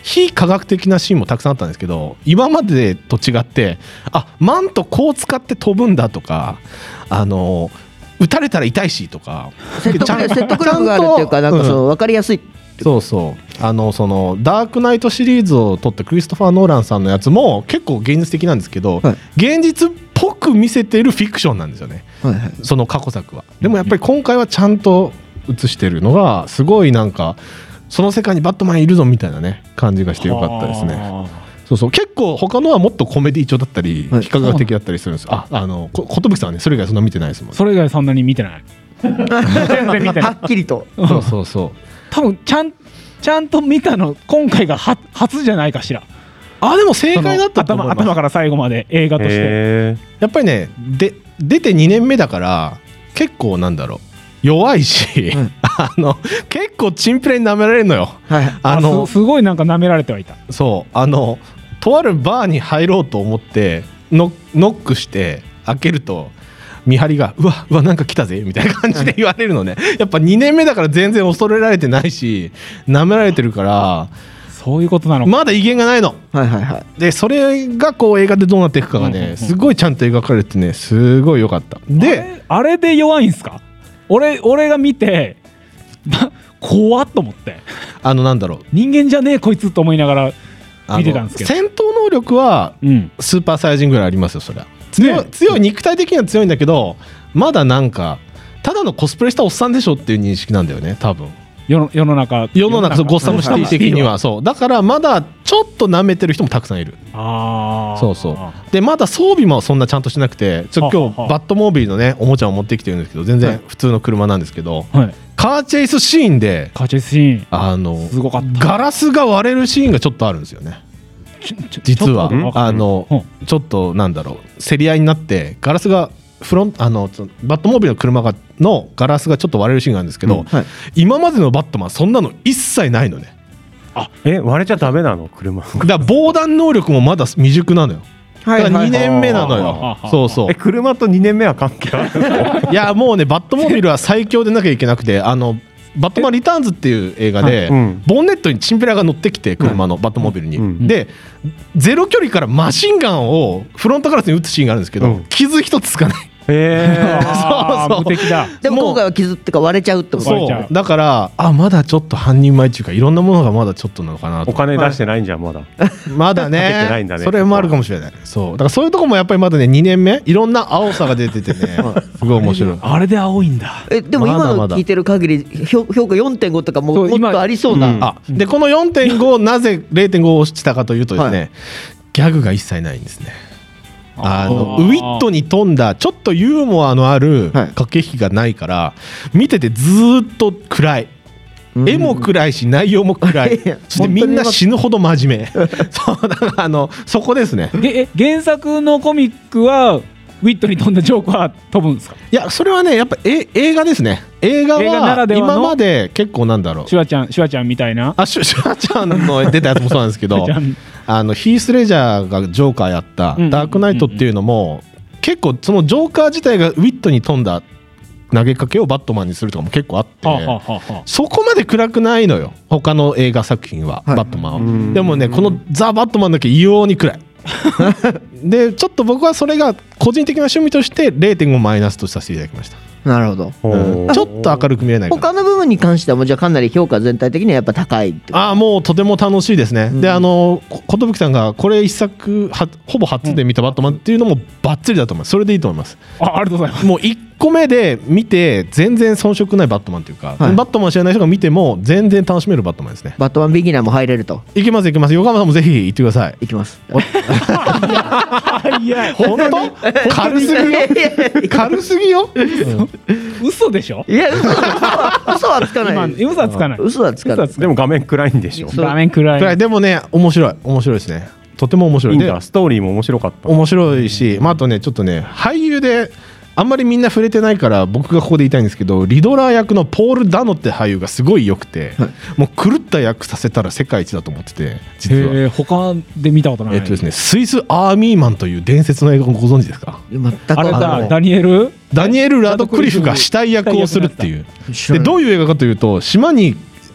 非科学的なシーンもたくさんあったんですけど、今までと違ってマントこう使って飛ぶんだとか、撃たれたら痛いしとか説得力があるっていうか、なんか分かりやすい。 そうそうそのダークナイトシリーズを撮ったクリストファー・ノーランさんのやつも結構現実的なんですけど、現実っぽく見せているフィクションなんですよね、その過去作は。でもやっぱり今回はちゃんと映してるのがすごいなんかその世界にバットマンいるぞみたいなね感じがしてよかったですね。そうそう、結構他のはもっとコメディ調だったり非科学的だったりするんです。寿さんはねそれ以外そんな見てないですもん。 それ以外そんなに見てない全然見てないはっきりと。 そう多分ちゃんと見たの今回が初じゃないかしら。 でも正解だったと思います。 頭から最後まで映画としてやっぱりね出て2年目だから結構なんだろう弱いし、結構チンプレに舐められるのよ、 すごいなんか舐められてはいた。 そうとあるバーに入ろうと思ってノックして開けると見張りがうわなんか来たぜみたいな感じで言われるのね。やっぱ2年目だから全然恐れられてないし舐められてるから、 そういうことなのか。 まだ威厳がないの。でそれがこう映画でどうなっていくかがね、すごいちゃんと描かれてねすごい良かった。であれで弱いんすか。俺が見て怖っと思って、 なんだろう人間じゃねえこいつと思いながら見てたんですけど、 戦闘能力はスーパーサイヤ人ぐらいありますよ。そりゃ強い肉体的には強いんだけど、まだなんかただのコスプレしたおっさんでしょっていう認識なんだよね多分。 世の中ゴッサムシティ的にはそうだから、まだちょっと舐めてる人もたくさんいる。そうでまだ装備もそんなちゃんとしてなくて、今日バットモービルのねおもちゃを持ってきてるんですけど、全然普通の車なんですけど、カーチェイスシーンですごかった。 ガラスが割れるシーンがちょっとあるんですよね。実はちょっとなんだろう競り合いになってガラスがバットモービルの車のガラスがちょっと割れるシーンがあるんですけど、今までのバットマンそんなの一切ないのね。 割れちゃダメなの車だから防弾能力もまだ未熟なのよ。だから2年目なのよ。そう車と2年目は関係あるの？ いやもうねバットモービルは最強でなきゃいけなくて、バットマンリターンズっていう映画で、ボンネットにチンピラが乗ってきて車のバットモービルに、でゼロ距離からマシンガンをフロントガラスに撃つシーンがあるんですけど、傷一つつかない。 無敵だ。 でも今回は傷ってか割れちゃうってこと。 そうだからまだちょっと半人前っていうかいろんなものがまだちょっとなのかなと。 お金出してないんじゃんまだねそれもあるかもしれない。そうだからそういうとこもやっぱりまだね2年目いろんな青さが出ててねすごい面白い。 あれで青いんだ。 でも今の聞いてる限り評価 4.5 とかもっとありそうな。 でこの 4.5 なぜ 0.5 をしたかというとですね、ギャグが一切ないんですね。ウィットに富んだちょっとユーモアのある駆け引きがないから見ててずっと暗い。絵も暗いし内容も暗いそしてみんな死ぬほど真面目そうだからそこですね。 原作のコミックはウィットに富んだジョークは飛ぶんですか。 いやそれはねやっぱ映画ですね。映画は今まで結構なんだろうシュワちゃんみたいなシュワちゃんの出たやつもそうなんですけどヒース・レジャーがジョーカーやったダークナイトっていうのも結構そのジョーカー自体がウィットに富んだ投げかけをバットマンにするとかも結構あってそこまで暗くないのよ他の映画作品はバットマンは。でもねこのザ・バットマンだけ異様に暗いでちょっと僕はそれが個人的な趣味として 0.5 マイナスとさせていただきました。 なるほど、 ちょっと明るく見えないかな。 他の部分に関してはもうじゃあかなり評価全体的にはやっぱ高いってこと。 もうとても楽しいですね、で寿さんがこれ一作ほぼ初で見たバットマンっていうのもバッチリだと思います。それでいいと思います。 ありがとうございます。 もう1個目で見て全然遜色ないバットマンというか、バットマン知らない人が見ても全然楽しめるバットマンですね。 バットマンビギナーも入れると。 行きます横浜さんもぜひ行ってください。 行きます。 いや本当軽すぎよ嘘でしょ。 いや嘘はつかない。 嘘はつかない。 嘘はつかない。 でも画面暗いんでしょ。 画面暗い。 でもね面白いですね。とても面白い。 ストーリーも面白かった。 面白いし、あとねちょっとね俳優であんまりみんな触れてないから僕がここで言いたいんですけど、リドラー役のポール・ダノって俳優がすごい良くて、もう狂った役させたら世界一だと思ってて、実は他で見たことない。 ですね、スイス・アーミーマンという伝説の映画をご存知ですか。 あれだ、ダニエル・ラドクリフが死体役をするっていう。でどういう映画かというと、島に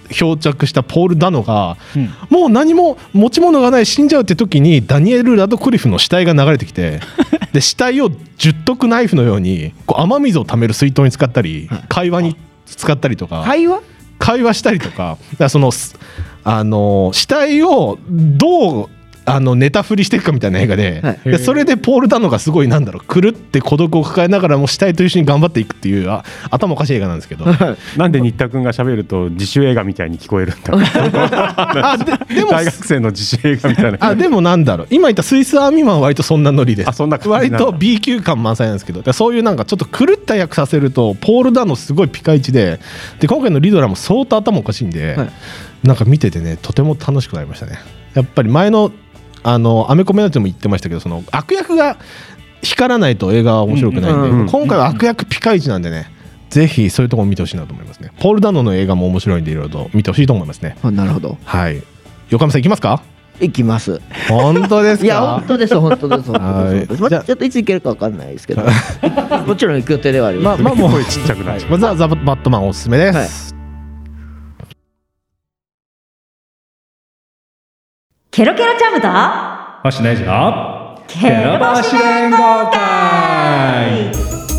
漂着したポール・ダノが、もう何も持ち物がない死んじゃうって時にダニエル・ラドクリフの死体が流れてきてで死体を十徳ナイフのようにこう雨水を溜める水筒に使ったり、会話に使ったりとか、会話したりとか、だからその死体をどうネタ振りしていくかみたいな映画で、でそれでポール・ダノがすごい狂って孤独を抱えながらも死体と一緒に頑張っていくっていう頭おかしい映画なんですけどなんで新田君が喋ると自主映画みたいに聞こえるんだろうでも大学生の自主映画みたいな。 でも今言ったスイスアーミーマンは割とそんなノリです。割と B 級感満載なんですけど、そういうなんかちょっと狂った役させるとポール・ダノすごいピカイチで、今回のリドラーも相当頭おかしいんで、なんか見ててねとても楽しくなりましたね。やっぱり前のアメコミナチも言ってましたけど、その悪役が光らないと映画は面白くないんで、今回は悪役ピカイチなんでね、ぜひそういうところ見てほしいなと思いますね。ポール・ダノの映画も面白いんでいろいろと見てほしいと思いますね。 なるほど。 はい。横山さん行きますか？ 行きます。 本当ですか？ いや本当です。本当です。ちょっといつ行けるか分かんないですけどもちろん行く予定ではあります。 もう声ちっちゃくない。まずはザ・バットマンおすすめです。 ケロケロチャムと星野英二のケロ星連合会。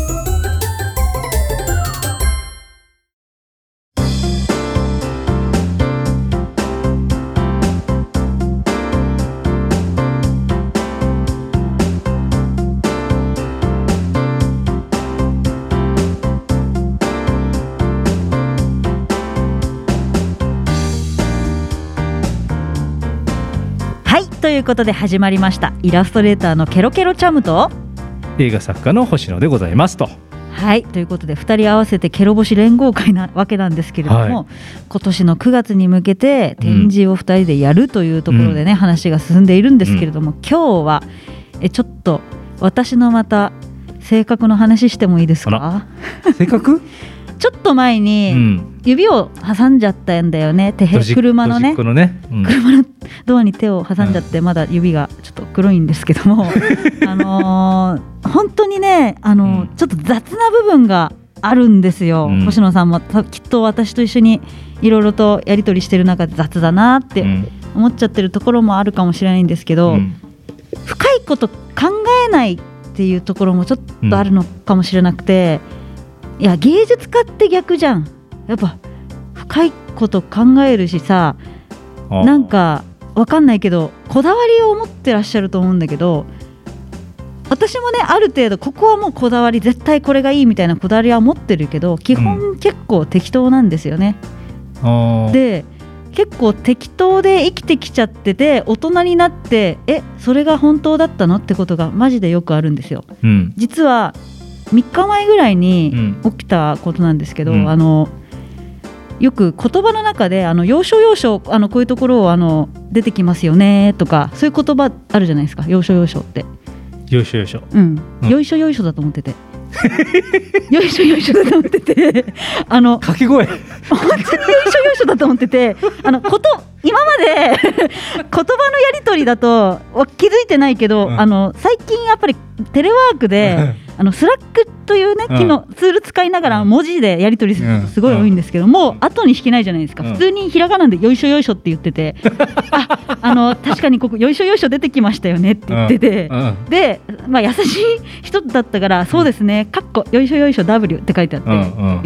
ということで始まりました。イラストレーターのケロケロチャムと映画作家の星野でございますと。 はい、ということで2人合わせてケロ星連合会なわけなんですけれども、今年の9月に向けて展示を2人でやるというところでね、話が進んでいるんですけれども、今日はちょっと私のまた性格の話してもいいですか？ 性格ちょっと前に指を挟んじゃったんだよね。車のね、車のドアに手を挟んじゃって、まだ指がちょっと黒いんですけども本当にねちょっと雑な部分があるんですよ。星野さんもきっと私と一緒にいろいろとやり取りしてる中で雑だなって思っちゃってるところもあるかもしれないんですけど、深いこと考えないっていうところもちょっとあるのかもしれなくて、いや芸術家って逆じゃん。やっぱ深いこと考えるしさ、なんかわかんないけどこだわりを持ってらっしゃると思うんだけど、私もねある程度ここはもうこだわり、絶対これがいいみたいなこだわりは持ってるけど、基本結構適当なんですよね。で結構適当で生きてきちゃってて、大人になってそれが本当だったのってことがマジでよくあるんですよ。実は3日前ぐらいに起きたことなんですけど、よく言葉の中で要所要所こういうところを出てきますよねとか、そういう言葉あるじゃないですか。要所要所って、 よいしょよいしょ、 よいしょよいしょだと思っててよいしょよいしょだと思ってて掛け声本当によいしょよいしょだと思ってて、今まで言葉のやり取りだと気づいてないけど、最近やっぱりテレワークでスラックというね機能ツール使いながら文字でやり取りすることすごい多いんですけども、後に引けないじゃないですか。普通にひらがなでよいしょよいしょって言ってて確かにここよいしょよいしょ出てきましたよねって言ってて、で、優しい人だったから、そうですねかっこよいしょよいしょ W って書いてあって、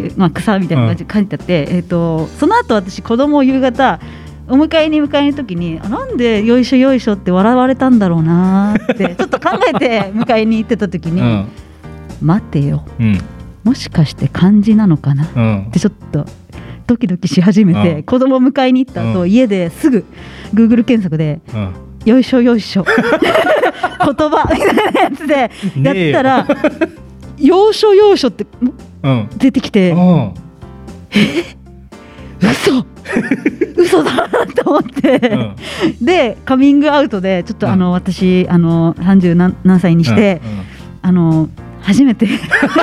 草みたいな感じで書いてあって、その後私子供を夕方お迎えに迎える時に、なんでよいしょよいしょって笑われたんだろうなってちょっと考えて迎えに行ってた時に、待てよ、もしかして漢字なのかなってちょっとドキドキし始めて、子供を迎えに行った後、家ですぐ Google 検索で、よいしょよいしょ言葉みたいなやつでやったら要所要所って出てきて、嘘だなと思って、でカミングアウトでちょっと私30何歳にして、初めて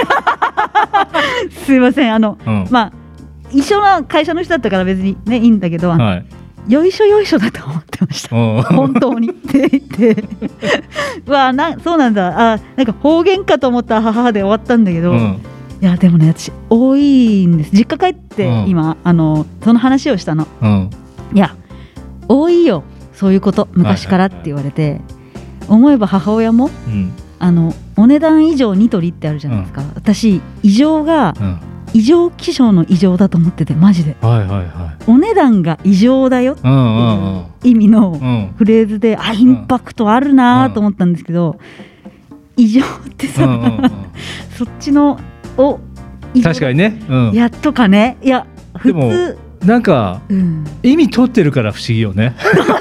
すいません一緒の会社の人だったから別にねいいんだけど、よいしょよいしょだと思ってました本当にって言ってそうなんだ、なんか方言かと思った母で終わったんだけど、 いやでもね、私多いんです。実家帰って今、その話をしたの、いや多いよそういうこと昔からって言われて、思えば母親も、お値段以上ニトリってあるじゃないですか、私異常が、異常気象の異常だと思ってて、マジで、お値段が異常だよっていう意味のフレーズで、インパクトあるなと思ったんですけど、異常ってさ、そっちのを確かにね、 やっとかね、いや普通なんか、意味取ってるから不思議よね。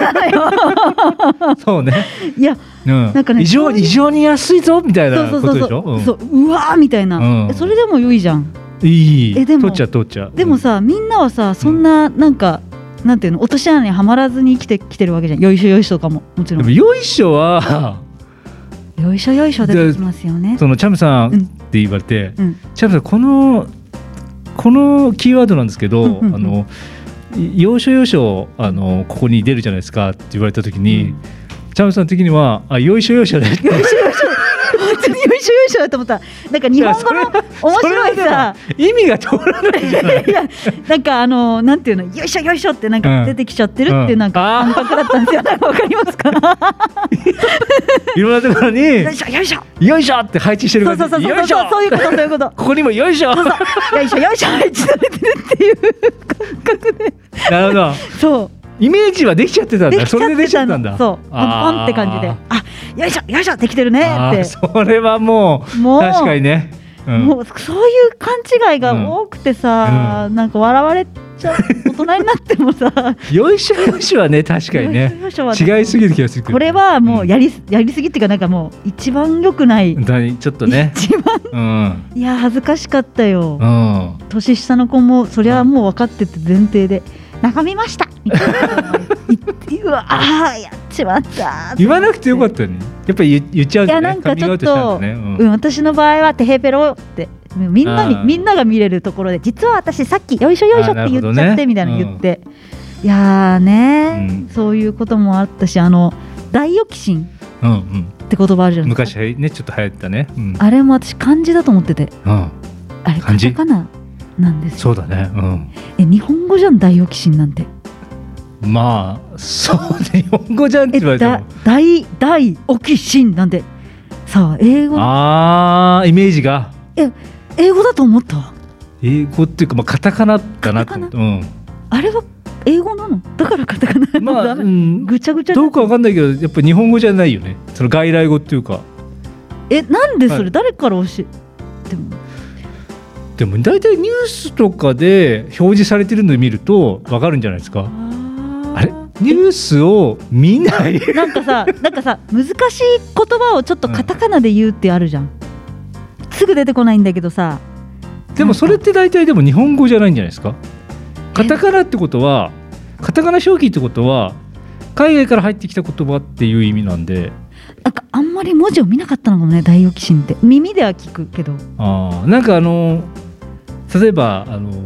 そうね。 いや、なんかね、 異常に安いぞみたいなことでしょ。 そう、うわーみたいな、それでも良いじゃん。 いい。 でも取っちゃう。 でもさ、みんなはさ、そんななんかなんていうの、落とし穴にはまらずに来てるわけじゃん。よいしょよいしょとかももちろん。 でもよいしょはよいしょよいしょできますよね。 そのチャムさんって言われて、チャムさんこのキーワードなんですけど、要所要所ここに出るじゃないですかって言われた時に、チャムさん的にはよいしょよいしょで。よいしょよいしょ本当によいしょよいしょだと思った。なんか日本語の面白いさ、 意味が通らないじゃない。いやなんかなんていうの、よいしょよいしょってなんか出てきちゃってるっていうなんか感覚だったんですよ。なんかわかりますか？ いろんなところによいしょよいしょよいしょって配置してる感じ。 そういうことここにもよいしょよいしょよいしょ配置されてるっていう感覚で。 なるほど。 そう。 イメージはできちゃってたんだ。それでできちゃったんだ。 そう。パンって感じで、よいしょよいしょできてるねって。 それはもう確かにね。 もうそういう勘違いが多くてさ、なんか笑われちゃう。大人になってもさ、 よいしょよいしょはね、確かにね違いすぎる気がする。 これはもうやりすぎっていうか、なんかもう一番良くない。 ちょっとね。 一番。いや恥ずかしかったよ。年下の子もそれはもう分かってて前提で。中見ましたみたいなうわやっちまった言わなくてよかったよね。やっぱり言っちゃうんだね。 いやなんかちょっと、私の場合はテヘペロってみんなが見れるところで、実は私さっきよいしょよいしょって言っちゃってみたいな言って、いやね、そういうこともあったし、大オキシンって言葉あるじゃないですか。 昔ねちょっと流行ったね。 あれも私漢字だと思ってて、あれカタカナなんですよ。 そうだね。 日本語じゃん、大オキシンなんて。 まあそうね、日本語じゃんって言われても大オキシンなんてさあ、英語イメージが英語だと思った。 英語っていうか、カタカナかなと思って。 あれは英語なの？だからカタカナなの？ぐちゃぐちゃどうかわかんないけど、やっぱり日本語じゃないよね。その外来語っていうか。なんでそれ、誰から教えても。 でも大体ニュースとかで表示されてるのを見ると分かるんじゃないですか。あれニュースを見ないなんかさ難しい言葉をちょっとカタカナで言うってあるじゃん、すぐ出てこないんだけどさ。 でもそれって大体でも日本語じゃないんじゃないですか。カタカナってことは、カタカナ表記ってことは海外から入ってきた言葉っていう意味なんで、 なんかあんまり文字を見なかったのかもね、大オキシンって。耳では聞くけど、 なんか例えば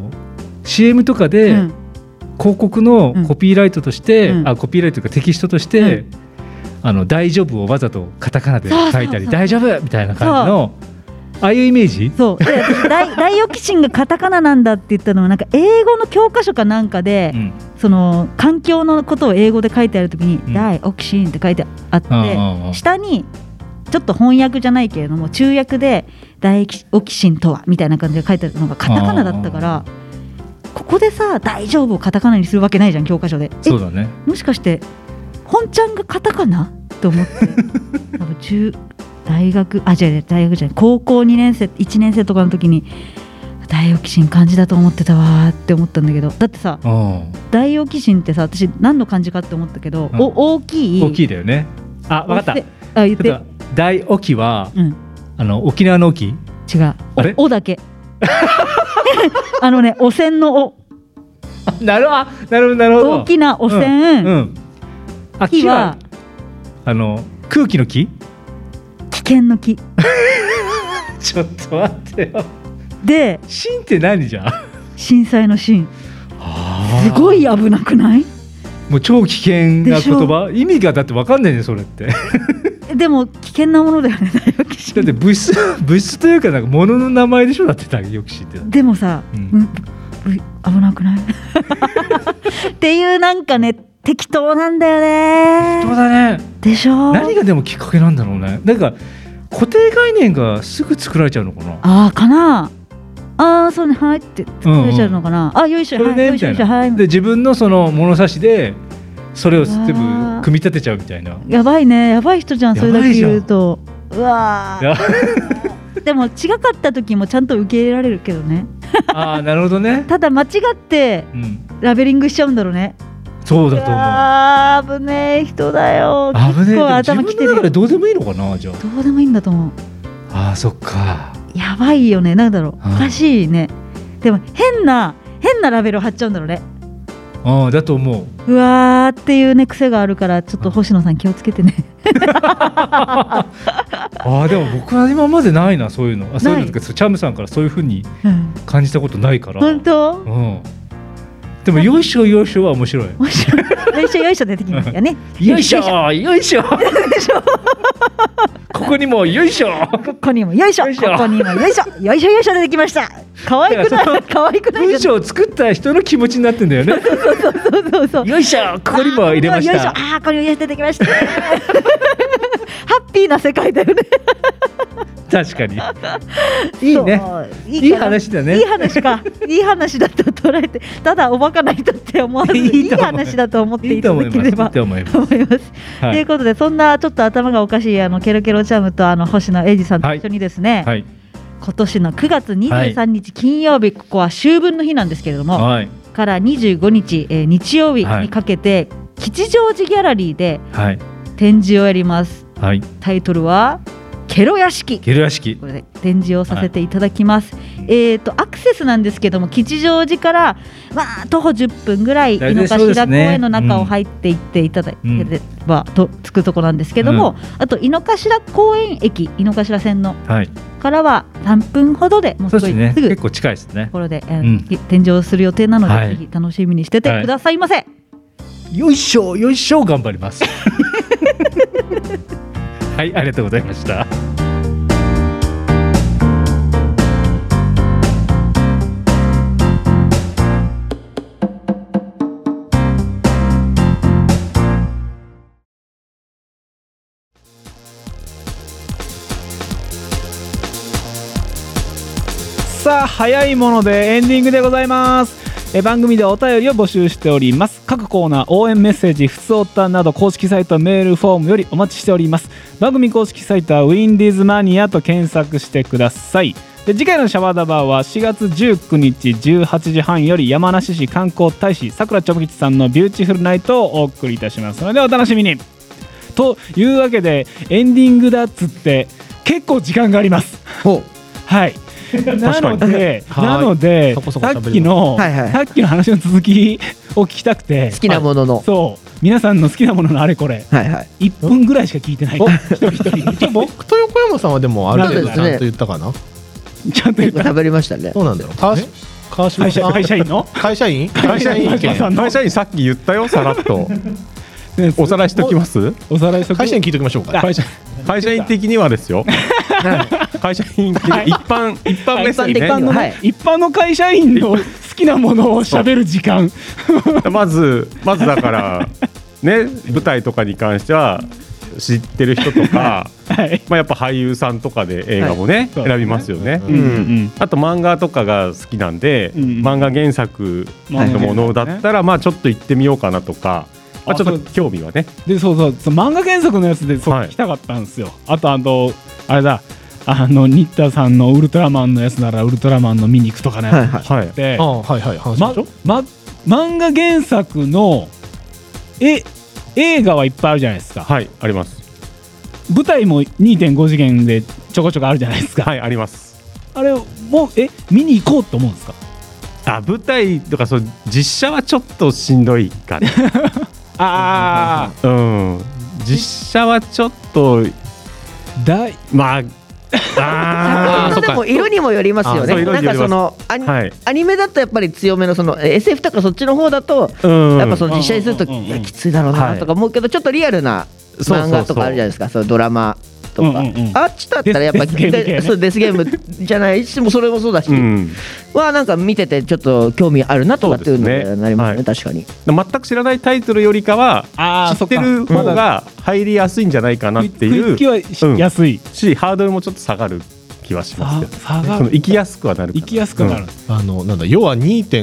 CM とかで広告のコピーライトとして、コピーライトというかテキストとして、大丈夫をわざとカタカナで書いたり、大丈夫みたいな感じのああいうイメージ。 そうで大オキシンがカタカナなんだって言ったのは、なんか英語の教科書かなんかで、その環境のことを英語で書いてあるときに、大オキシンって書いてあって、下にちょっと翻訳じゃないけれども中訳で大オキシンとはみたいな感じで書いてあるのがカタカナだったから、ここでさ大丈夫をカタカナにするわけないじゃん、教科書で。 そうだね。 もしかして本ちゃんがカタカナと思って多分大学じゃない高校2年生1年生とかの時に大オキシン漢字だと思ってたわって思ったんだけど、だってさ大オキシンってさ、私何の漢字かって思ったけど、大きいだよね。分かった。 言って大沖は、沖縄の沖？ 違う。おだけ。汚染のお。 なるほど。 大きな汚染。 木は空気の木？ 危険の木。 ちょっと待ってよ。 で、 震って何じゃん？ 震災の震。すごい危なくない？ もう超危険な言葉。意味がだって分かんないね、それって。 でも危険なものだよね、ダイオキシン。 だって物質というか、なんか物の名前でしょ、だってダイオキシンって。 でもさ、危なくないっていう、なんかね、適当なんだよね。 適当だね。 でしょ。 何がでもきっかけなんだろうね。なんか固定概念がすぐ作られちゃうのかな。 ああ、かな。ああ、そうね、はいって作れちゃうのかな。あ、よいしょ、はい、よいしょ、はい。 で、自分のその物差しでそれを全部組み立てちゃうみたいな。 やばいね、やばい人じゃん、それだけ言うと。うわでも違かった時もちゃんと受け入れられるけどね。 ああ、なるほどね。 ただ間違ってラベリングしちゃうんだろうね。 そうだと思う。 あー、危ねえ人だよ。 危ねえ。頭きてる。自分の中でどうでもいいのかな、じゃあ。 どうでもいいんだと思う。 ああ、そっか。 やばいよね。なんだろう、おかしいね。でも変なラベルを貼っちゃうんだろうね。 ああ、だと思う。うわーっていうね、癖があるから、ちょっと星野さん気をつけてね。 ああ、でも僕は今までないな、そういうの。そういうのとか、チャムさんからそういう風に感じたことないから。 本当？ でもよいしょよいしょは面白い。 よいしょよいしょ出てきますよね。 よいしょよいしょ。ここにもよいしょ。 ここにもよいしょ。ここにもよいしょ。よいしょよいしょ出てきました。可愛くない？可愛くない？ 文章を作った人の気持ちになってんだよね。そう。よいしょ。ここにも入れました。 よいしょ。ああ、ここにもよいしょ出てきました。ハッピーな世界だよね。 確かに。いいね。いい話だね。 いい話か。いい話だと捉えて、ただおバカな人って思わずにいい話だと思っていただければと思います。ということで、そんなちょっと頭がおかしいケロケロチャムと星野英二さんと一緒にですね、今年の9月23日金曜日、ここは秋分の日なんですけれども、から25日、日曜日にかけて吉祥寺ギャラリーで展示をやります。タイトルはケロ屋敷。 ケロ屋敷。 これで展示をさせていただきます。アクセスなんですけども、吉祥寺から徒歩10分ぐらい、井の頭公園の中を入っていっていただければと着くところなんですけども、あと井の頭公園駅、井の頭線のからは3分ほどで、もうすぐ結構近いですね。 ところで展示をする予定なので、ぜひ楽しみにしててくださいませ。 よいしょよいしょ、頑張ります。はい、ありがとうございました。 さあ、早いものでエンディングでございます。番組でお便りを募集しております。各コーナー、応援メッセージ、ふつおたなど公式サイトメールフォームよりお待ちしております。番組公式サイトはウィンディーズマニアと検索してください。で、次回のシャバダバは4月19日18時半より山梨市観光大使さくらちょぶきちさんのビューティフルナイトをお送りいたしますので、お楽しみに。というわけで、エンディングだっつって結構時間があります。はい。なのでさっきの話の続きを聞きたくて、 好きなものの、 そう皆さんの好きなもののあれこれ、1分ぐらいしか聞いてない。 僕と横山さんはでもある程度ちゃんと言ったかな。 ちゃんと言った。 食べれましたね。 そうなんだよ。 会社員の会社員さっき言ったよ、さらっと。おさらいしときます。 会社員聞いときましょうか。 会社員的にはですよ。会社員的に一般目線ね。 一般の会社員の好きなものを喋る時間。 まずだからね、舞台とかに関しては知ってる人とか、やっぱ俳優さんとかで映画もね選びますよね。あと漫画とかが好きなんで、漫画原作のものだったらちょっと行ってみようかなとか。ちょっと興味はね。 で、そう漫画原作のやつで聞きたかったんですよ。あとあれだ、新田さんのウルトラマンのやつならウルトラマンの見に行くとかね。で、漫画原作の映画はいっぱいあるじゃないですか。 はい、あります。 舞台も 2.5 次元でちょこちょこあるじゃないですか。 はい、あります。 あれも見に行こうと思うんですか？ 舞台とか実写はちょっとしんどいかね。実写はちょっとでも色にもよりますよね。なんかアニメだとやっぱり強めのSF とかそっちの方だとやっぱ実写にするときついだろうなとか思うけど、ちょっとリアルな漫画とかあるじゃないですか、そうドラマとか、あっちだったらやっぱデスゲームじゃないしもそれもそうだし、はなんか見ててちょっと興味あるなとかっていうのになりますね。確かに全く知らないタイトルよりかは知ってる方が入りやすいんじんじゃないかなっていう、 気は安いし、ハードルもちょっと下がる気はしますけど、行きやすくはなる。 行きやすくなる。 なんだ要は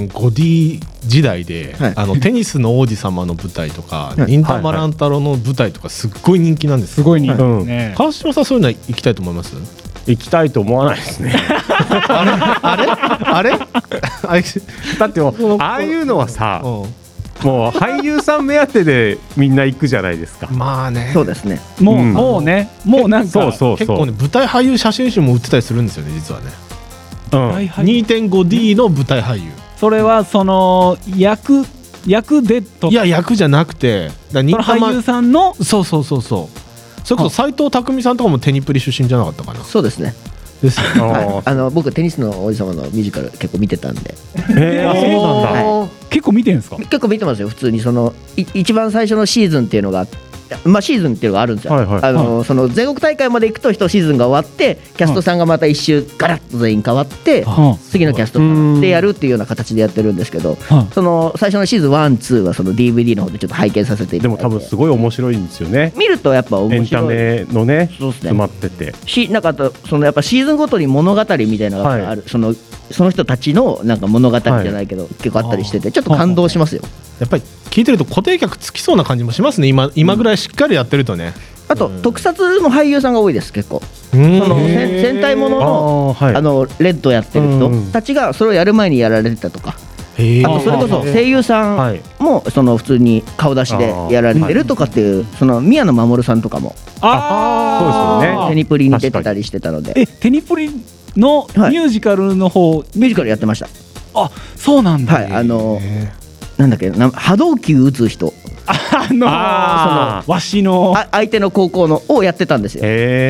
2.5D 時代で、テニスの王子様の舞台とか、忍たま乱太郎の舞台とかすっごい人気なんです。 すごい人気ですね。 川島さんそういうの行きたいと思います？ 行きたいと思わないですね。 あれだってああいうのはさ、もう俳優さん目当てでみんな行くじゃないですか。 まあね。 そうですね。 もうなんか結構ね、舞台俳優写真集も売ってたりするんですよね、実はね。2.5D の舞台俳優。 それはその役でと、 いや役じゃなくて、 俳優さんのそう。それこそ斉藤工さんとかもテニプリ出身じゃなかったかな。 そうですね。 ですよね。 僕テニスの王子様のミュージカル結構見てたんで。 そうなんだ。 結構見てんですか？ 結構見てますよ。普通にその一番最初のシーズンっていうのが、シーズンっていうのがあるんですよ。その全国大会まで行くと1シーズンが終わって、キャストさんがまた一周ガラッと全員変わって、次のキャストさんでやるっていうような形でやってるんですけど、その最初のシーズン1、2はその DVD の方でちょっと拝見させていただいて。 でも多分すごい面白いんですよね。 見るとやっぱ面白い。 エンタメのね、詰まってて。 なんかそのやっぱシーズンごとに物語みたいなのがある。その人たちのなんか物語じゃないけど、結構あったりしてて、ちょっと感動しますよ。 やっぱり聞いてると固定客つきそうな感じもしますね。今ぐらいしっかりやってるとね。 あと特撮の俳優さんが多いです。結構その戦隊もののレッドやってる人たちがそれをやる前にやられてたとか、あとそれこそ声優さんもその普通に顔出しでやられてるとかっていう、その宮野真守さんとかもそうですよね、 テニプリに出てたりしてたので。 テニプリのミュージカルの方、 ミュージカルやってました。 あ、そうなんだ。 なんだっけ、波動球打つ人、 わしの相手の高校のをやってたんですよ。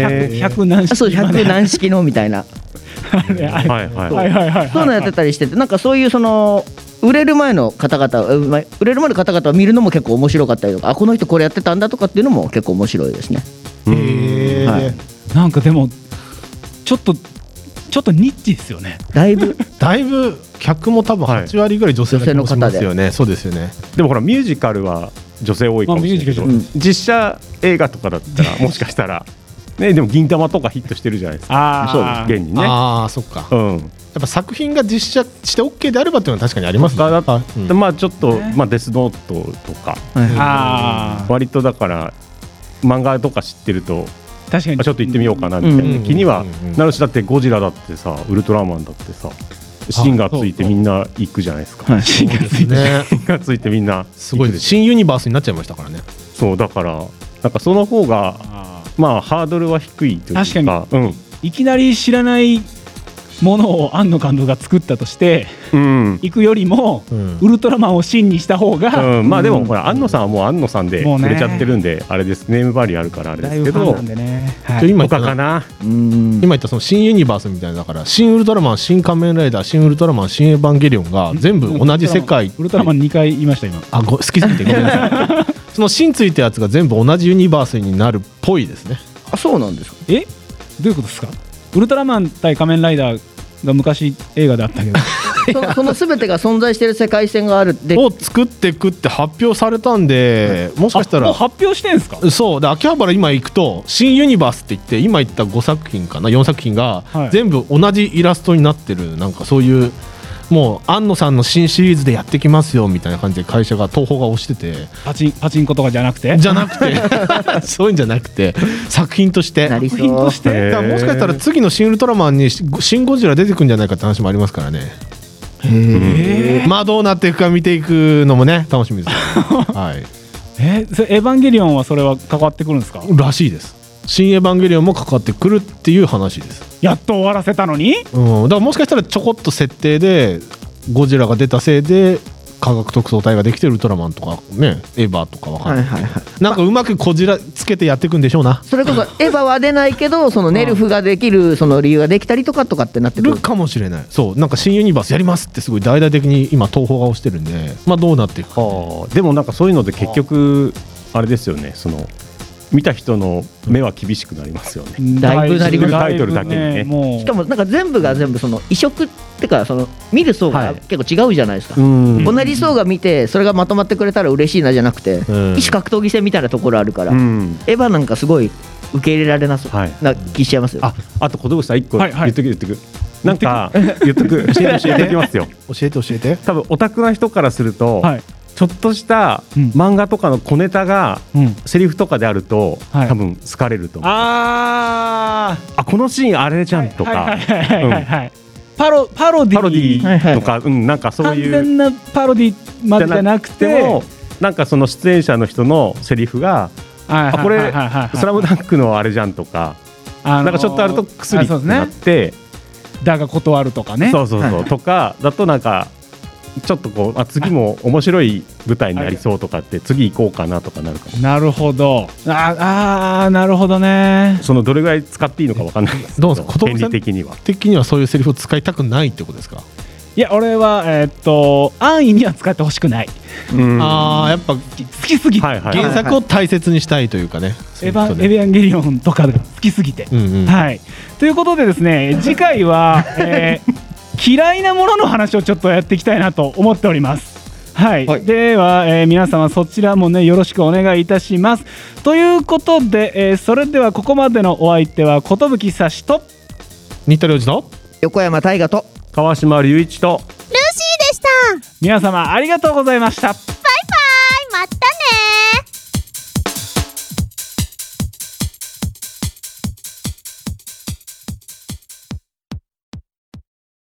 100何式、 そう100何式のみたいな、そういうのやってたりしてて、なんかそういうその売れる前の方々を見るのも結構面白かったりとか、この人これやってたんだとかっていうのも結構面白いですね。 なんかでもちょっとニッチですよね。 だいぶ客も多分8割ぐらい女性の方ですよね。そうですよね。 でもほらミュージカルは女性多いかもしれないけど、実写映画とかだったらもしかしたらね、でも銀魂とかヒットしてるじゃないですか。現にね。 そっか。やっぱ作品が実写して OK であればっていうのは確かにありますね。 まあちょっとデスノートとか割とだから漫画とか知ってると確かにちょっと行ってみようかなみたいな気にはなるし、だってゴジラだってさ、ウルトラマンだってさ、芯がついてみんな行くじゃないですか。 芯がついてみんなすごいです。新ユニバースになっちゃいましたからね。 そうだからなんかその方がハードルは低いというか、 確かに、いきなり知らないものを庵野監督が作ったとして行くよりも、ウルトラマンを芯にした方が、 でもほら庵野さんはもう庵野さんで売れちゃってるんであれです、ネームバリューあるからあれですけど、 今言ったその新ユニバースみたいな、だから新ウルトラマン、新仮面ライダー、新ウルトラマン、新エヴァンゲリオンが全部同じ世界。 ウルトラマン2回言いました今。 好きすぎてごめんなさい。その新ついたやつが全部同じユニバースになるっぽいですね。 そうなんですか。 どういうことですか。ウルトラマン対仮面ライダーが昔映画であったけどその全てが存在している世界線があるを作っていくって発表されたんで、もしかしたらもう発表してんですか。 そうで、秋葉原今行くと新ユニバースって言って、今言った5作品かな4作品が全部同じイラストになってる、なんかそういうもう庵野さんの新シリーズでやってきますよみたいな感じで会社が東宝が押してて、 パチンコとかじゃなくてそういうんじゃなくて作品としてだからもしかしたら次の新ウルトラマンに新ゴジラ出てくるんじゃないかって話もありますからね。どうなっていくか見ていくのもね楽しみです、 エヴァンゲリオンはそれは関わってくるんですからしいです。新エヴァンゲリオンも関わってくるっていう話です。 やっと終わらせたのに、 だからもしかしたらちょこっと設定でゴジラが出たせいで科学特捜隊ができてウルトラマンとかね、エヴァとかわかんない、なんかうまくこじらつけてやっていくんでしょうな。 それこそエヴァは出ないけどそのネルフができるその理由ができたりとかってなってくるかもしれない。そうなんか新ユニバースやりますってすごい大々的に今東宝が押してるんで、どうなっていくか、 でもなんかそういうので結局あれですよね、その見た人の目は厳しくなりますよね。 だいぶなります。 タイトルだけにね。 しかもなんか全部が全部その異色ってかその見る層が結構違うじゃないですか。同じ層が見てそれがまとまってくれたら嬉しいなじゃなくて、異種格闘技戦みたいなところあるから、エヴァなんかすごい受け入れられなそうな気しちゃいますよ。 あと小道具さん1個言っとく。なんか言っとく教えてきますよ。 教えて。 多分オタクな人からすると。ちょっとした漫画とかの小ネタがセリフとかであると多分好かれると思う。このシーンあれじゃんとかパロディとかなんかそういう完全なパロディまでじゃなくてもなんかその出演者の人のセリフがこれスラムダンクのあれじゃんとかなんかちょっとあると薬ってなってだが断るとかねそうとかだとなんかちょっとこう次も面白い舞台になりそうとかって次行こうかなとかなるかも。 なるほど。なるほどね。 そのどれぐらい使っていいのか分かんないですけど、権利的にはそういうセリフを使いたくないってことですか？ いや俺は安易には使ってほしくない。 やっぱ好きすぎて原作を大切にしたいというかね。 エヴァンゲリオンとかが好きすぎて。ということでですね、次回は嫌いなものの話をちょっとやっていきたいなと思っております。では、皆様そちらもねよろしくお願いいたします。ということで、それではここまでのお相手は寿さしと新田良次と横山大河と川島隆一とルーシーでした。 皆様ありがとうございました。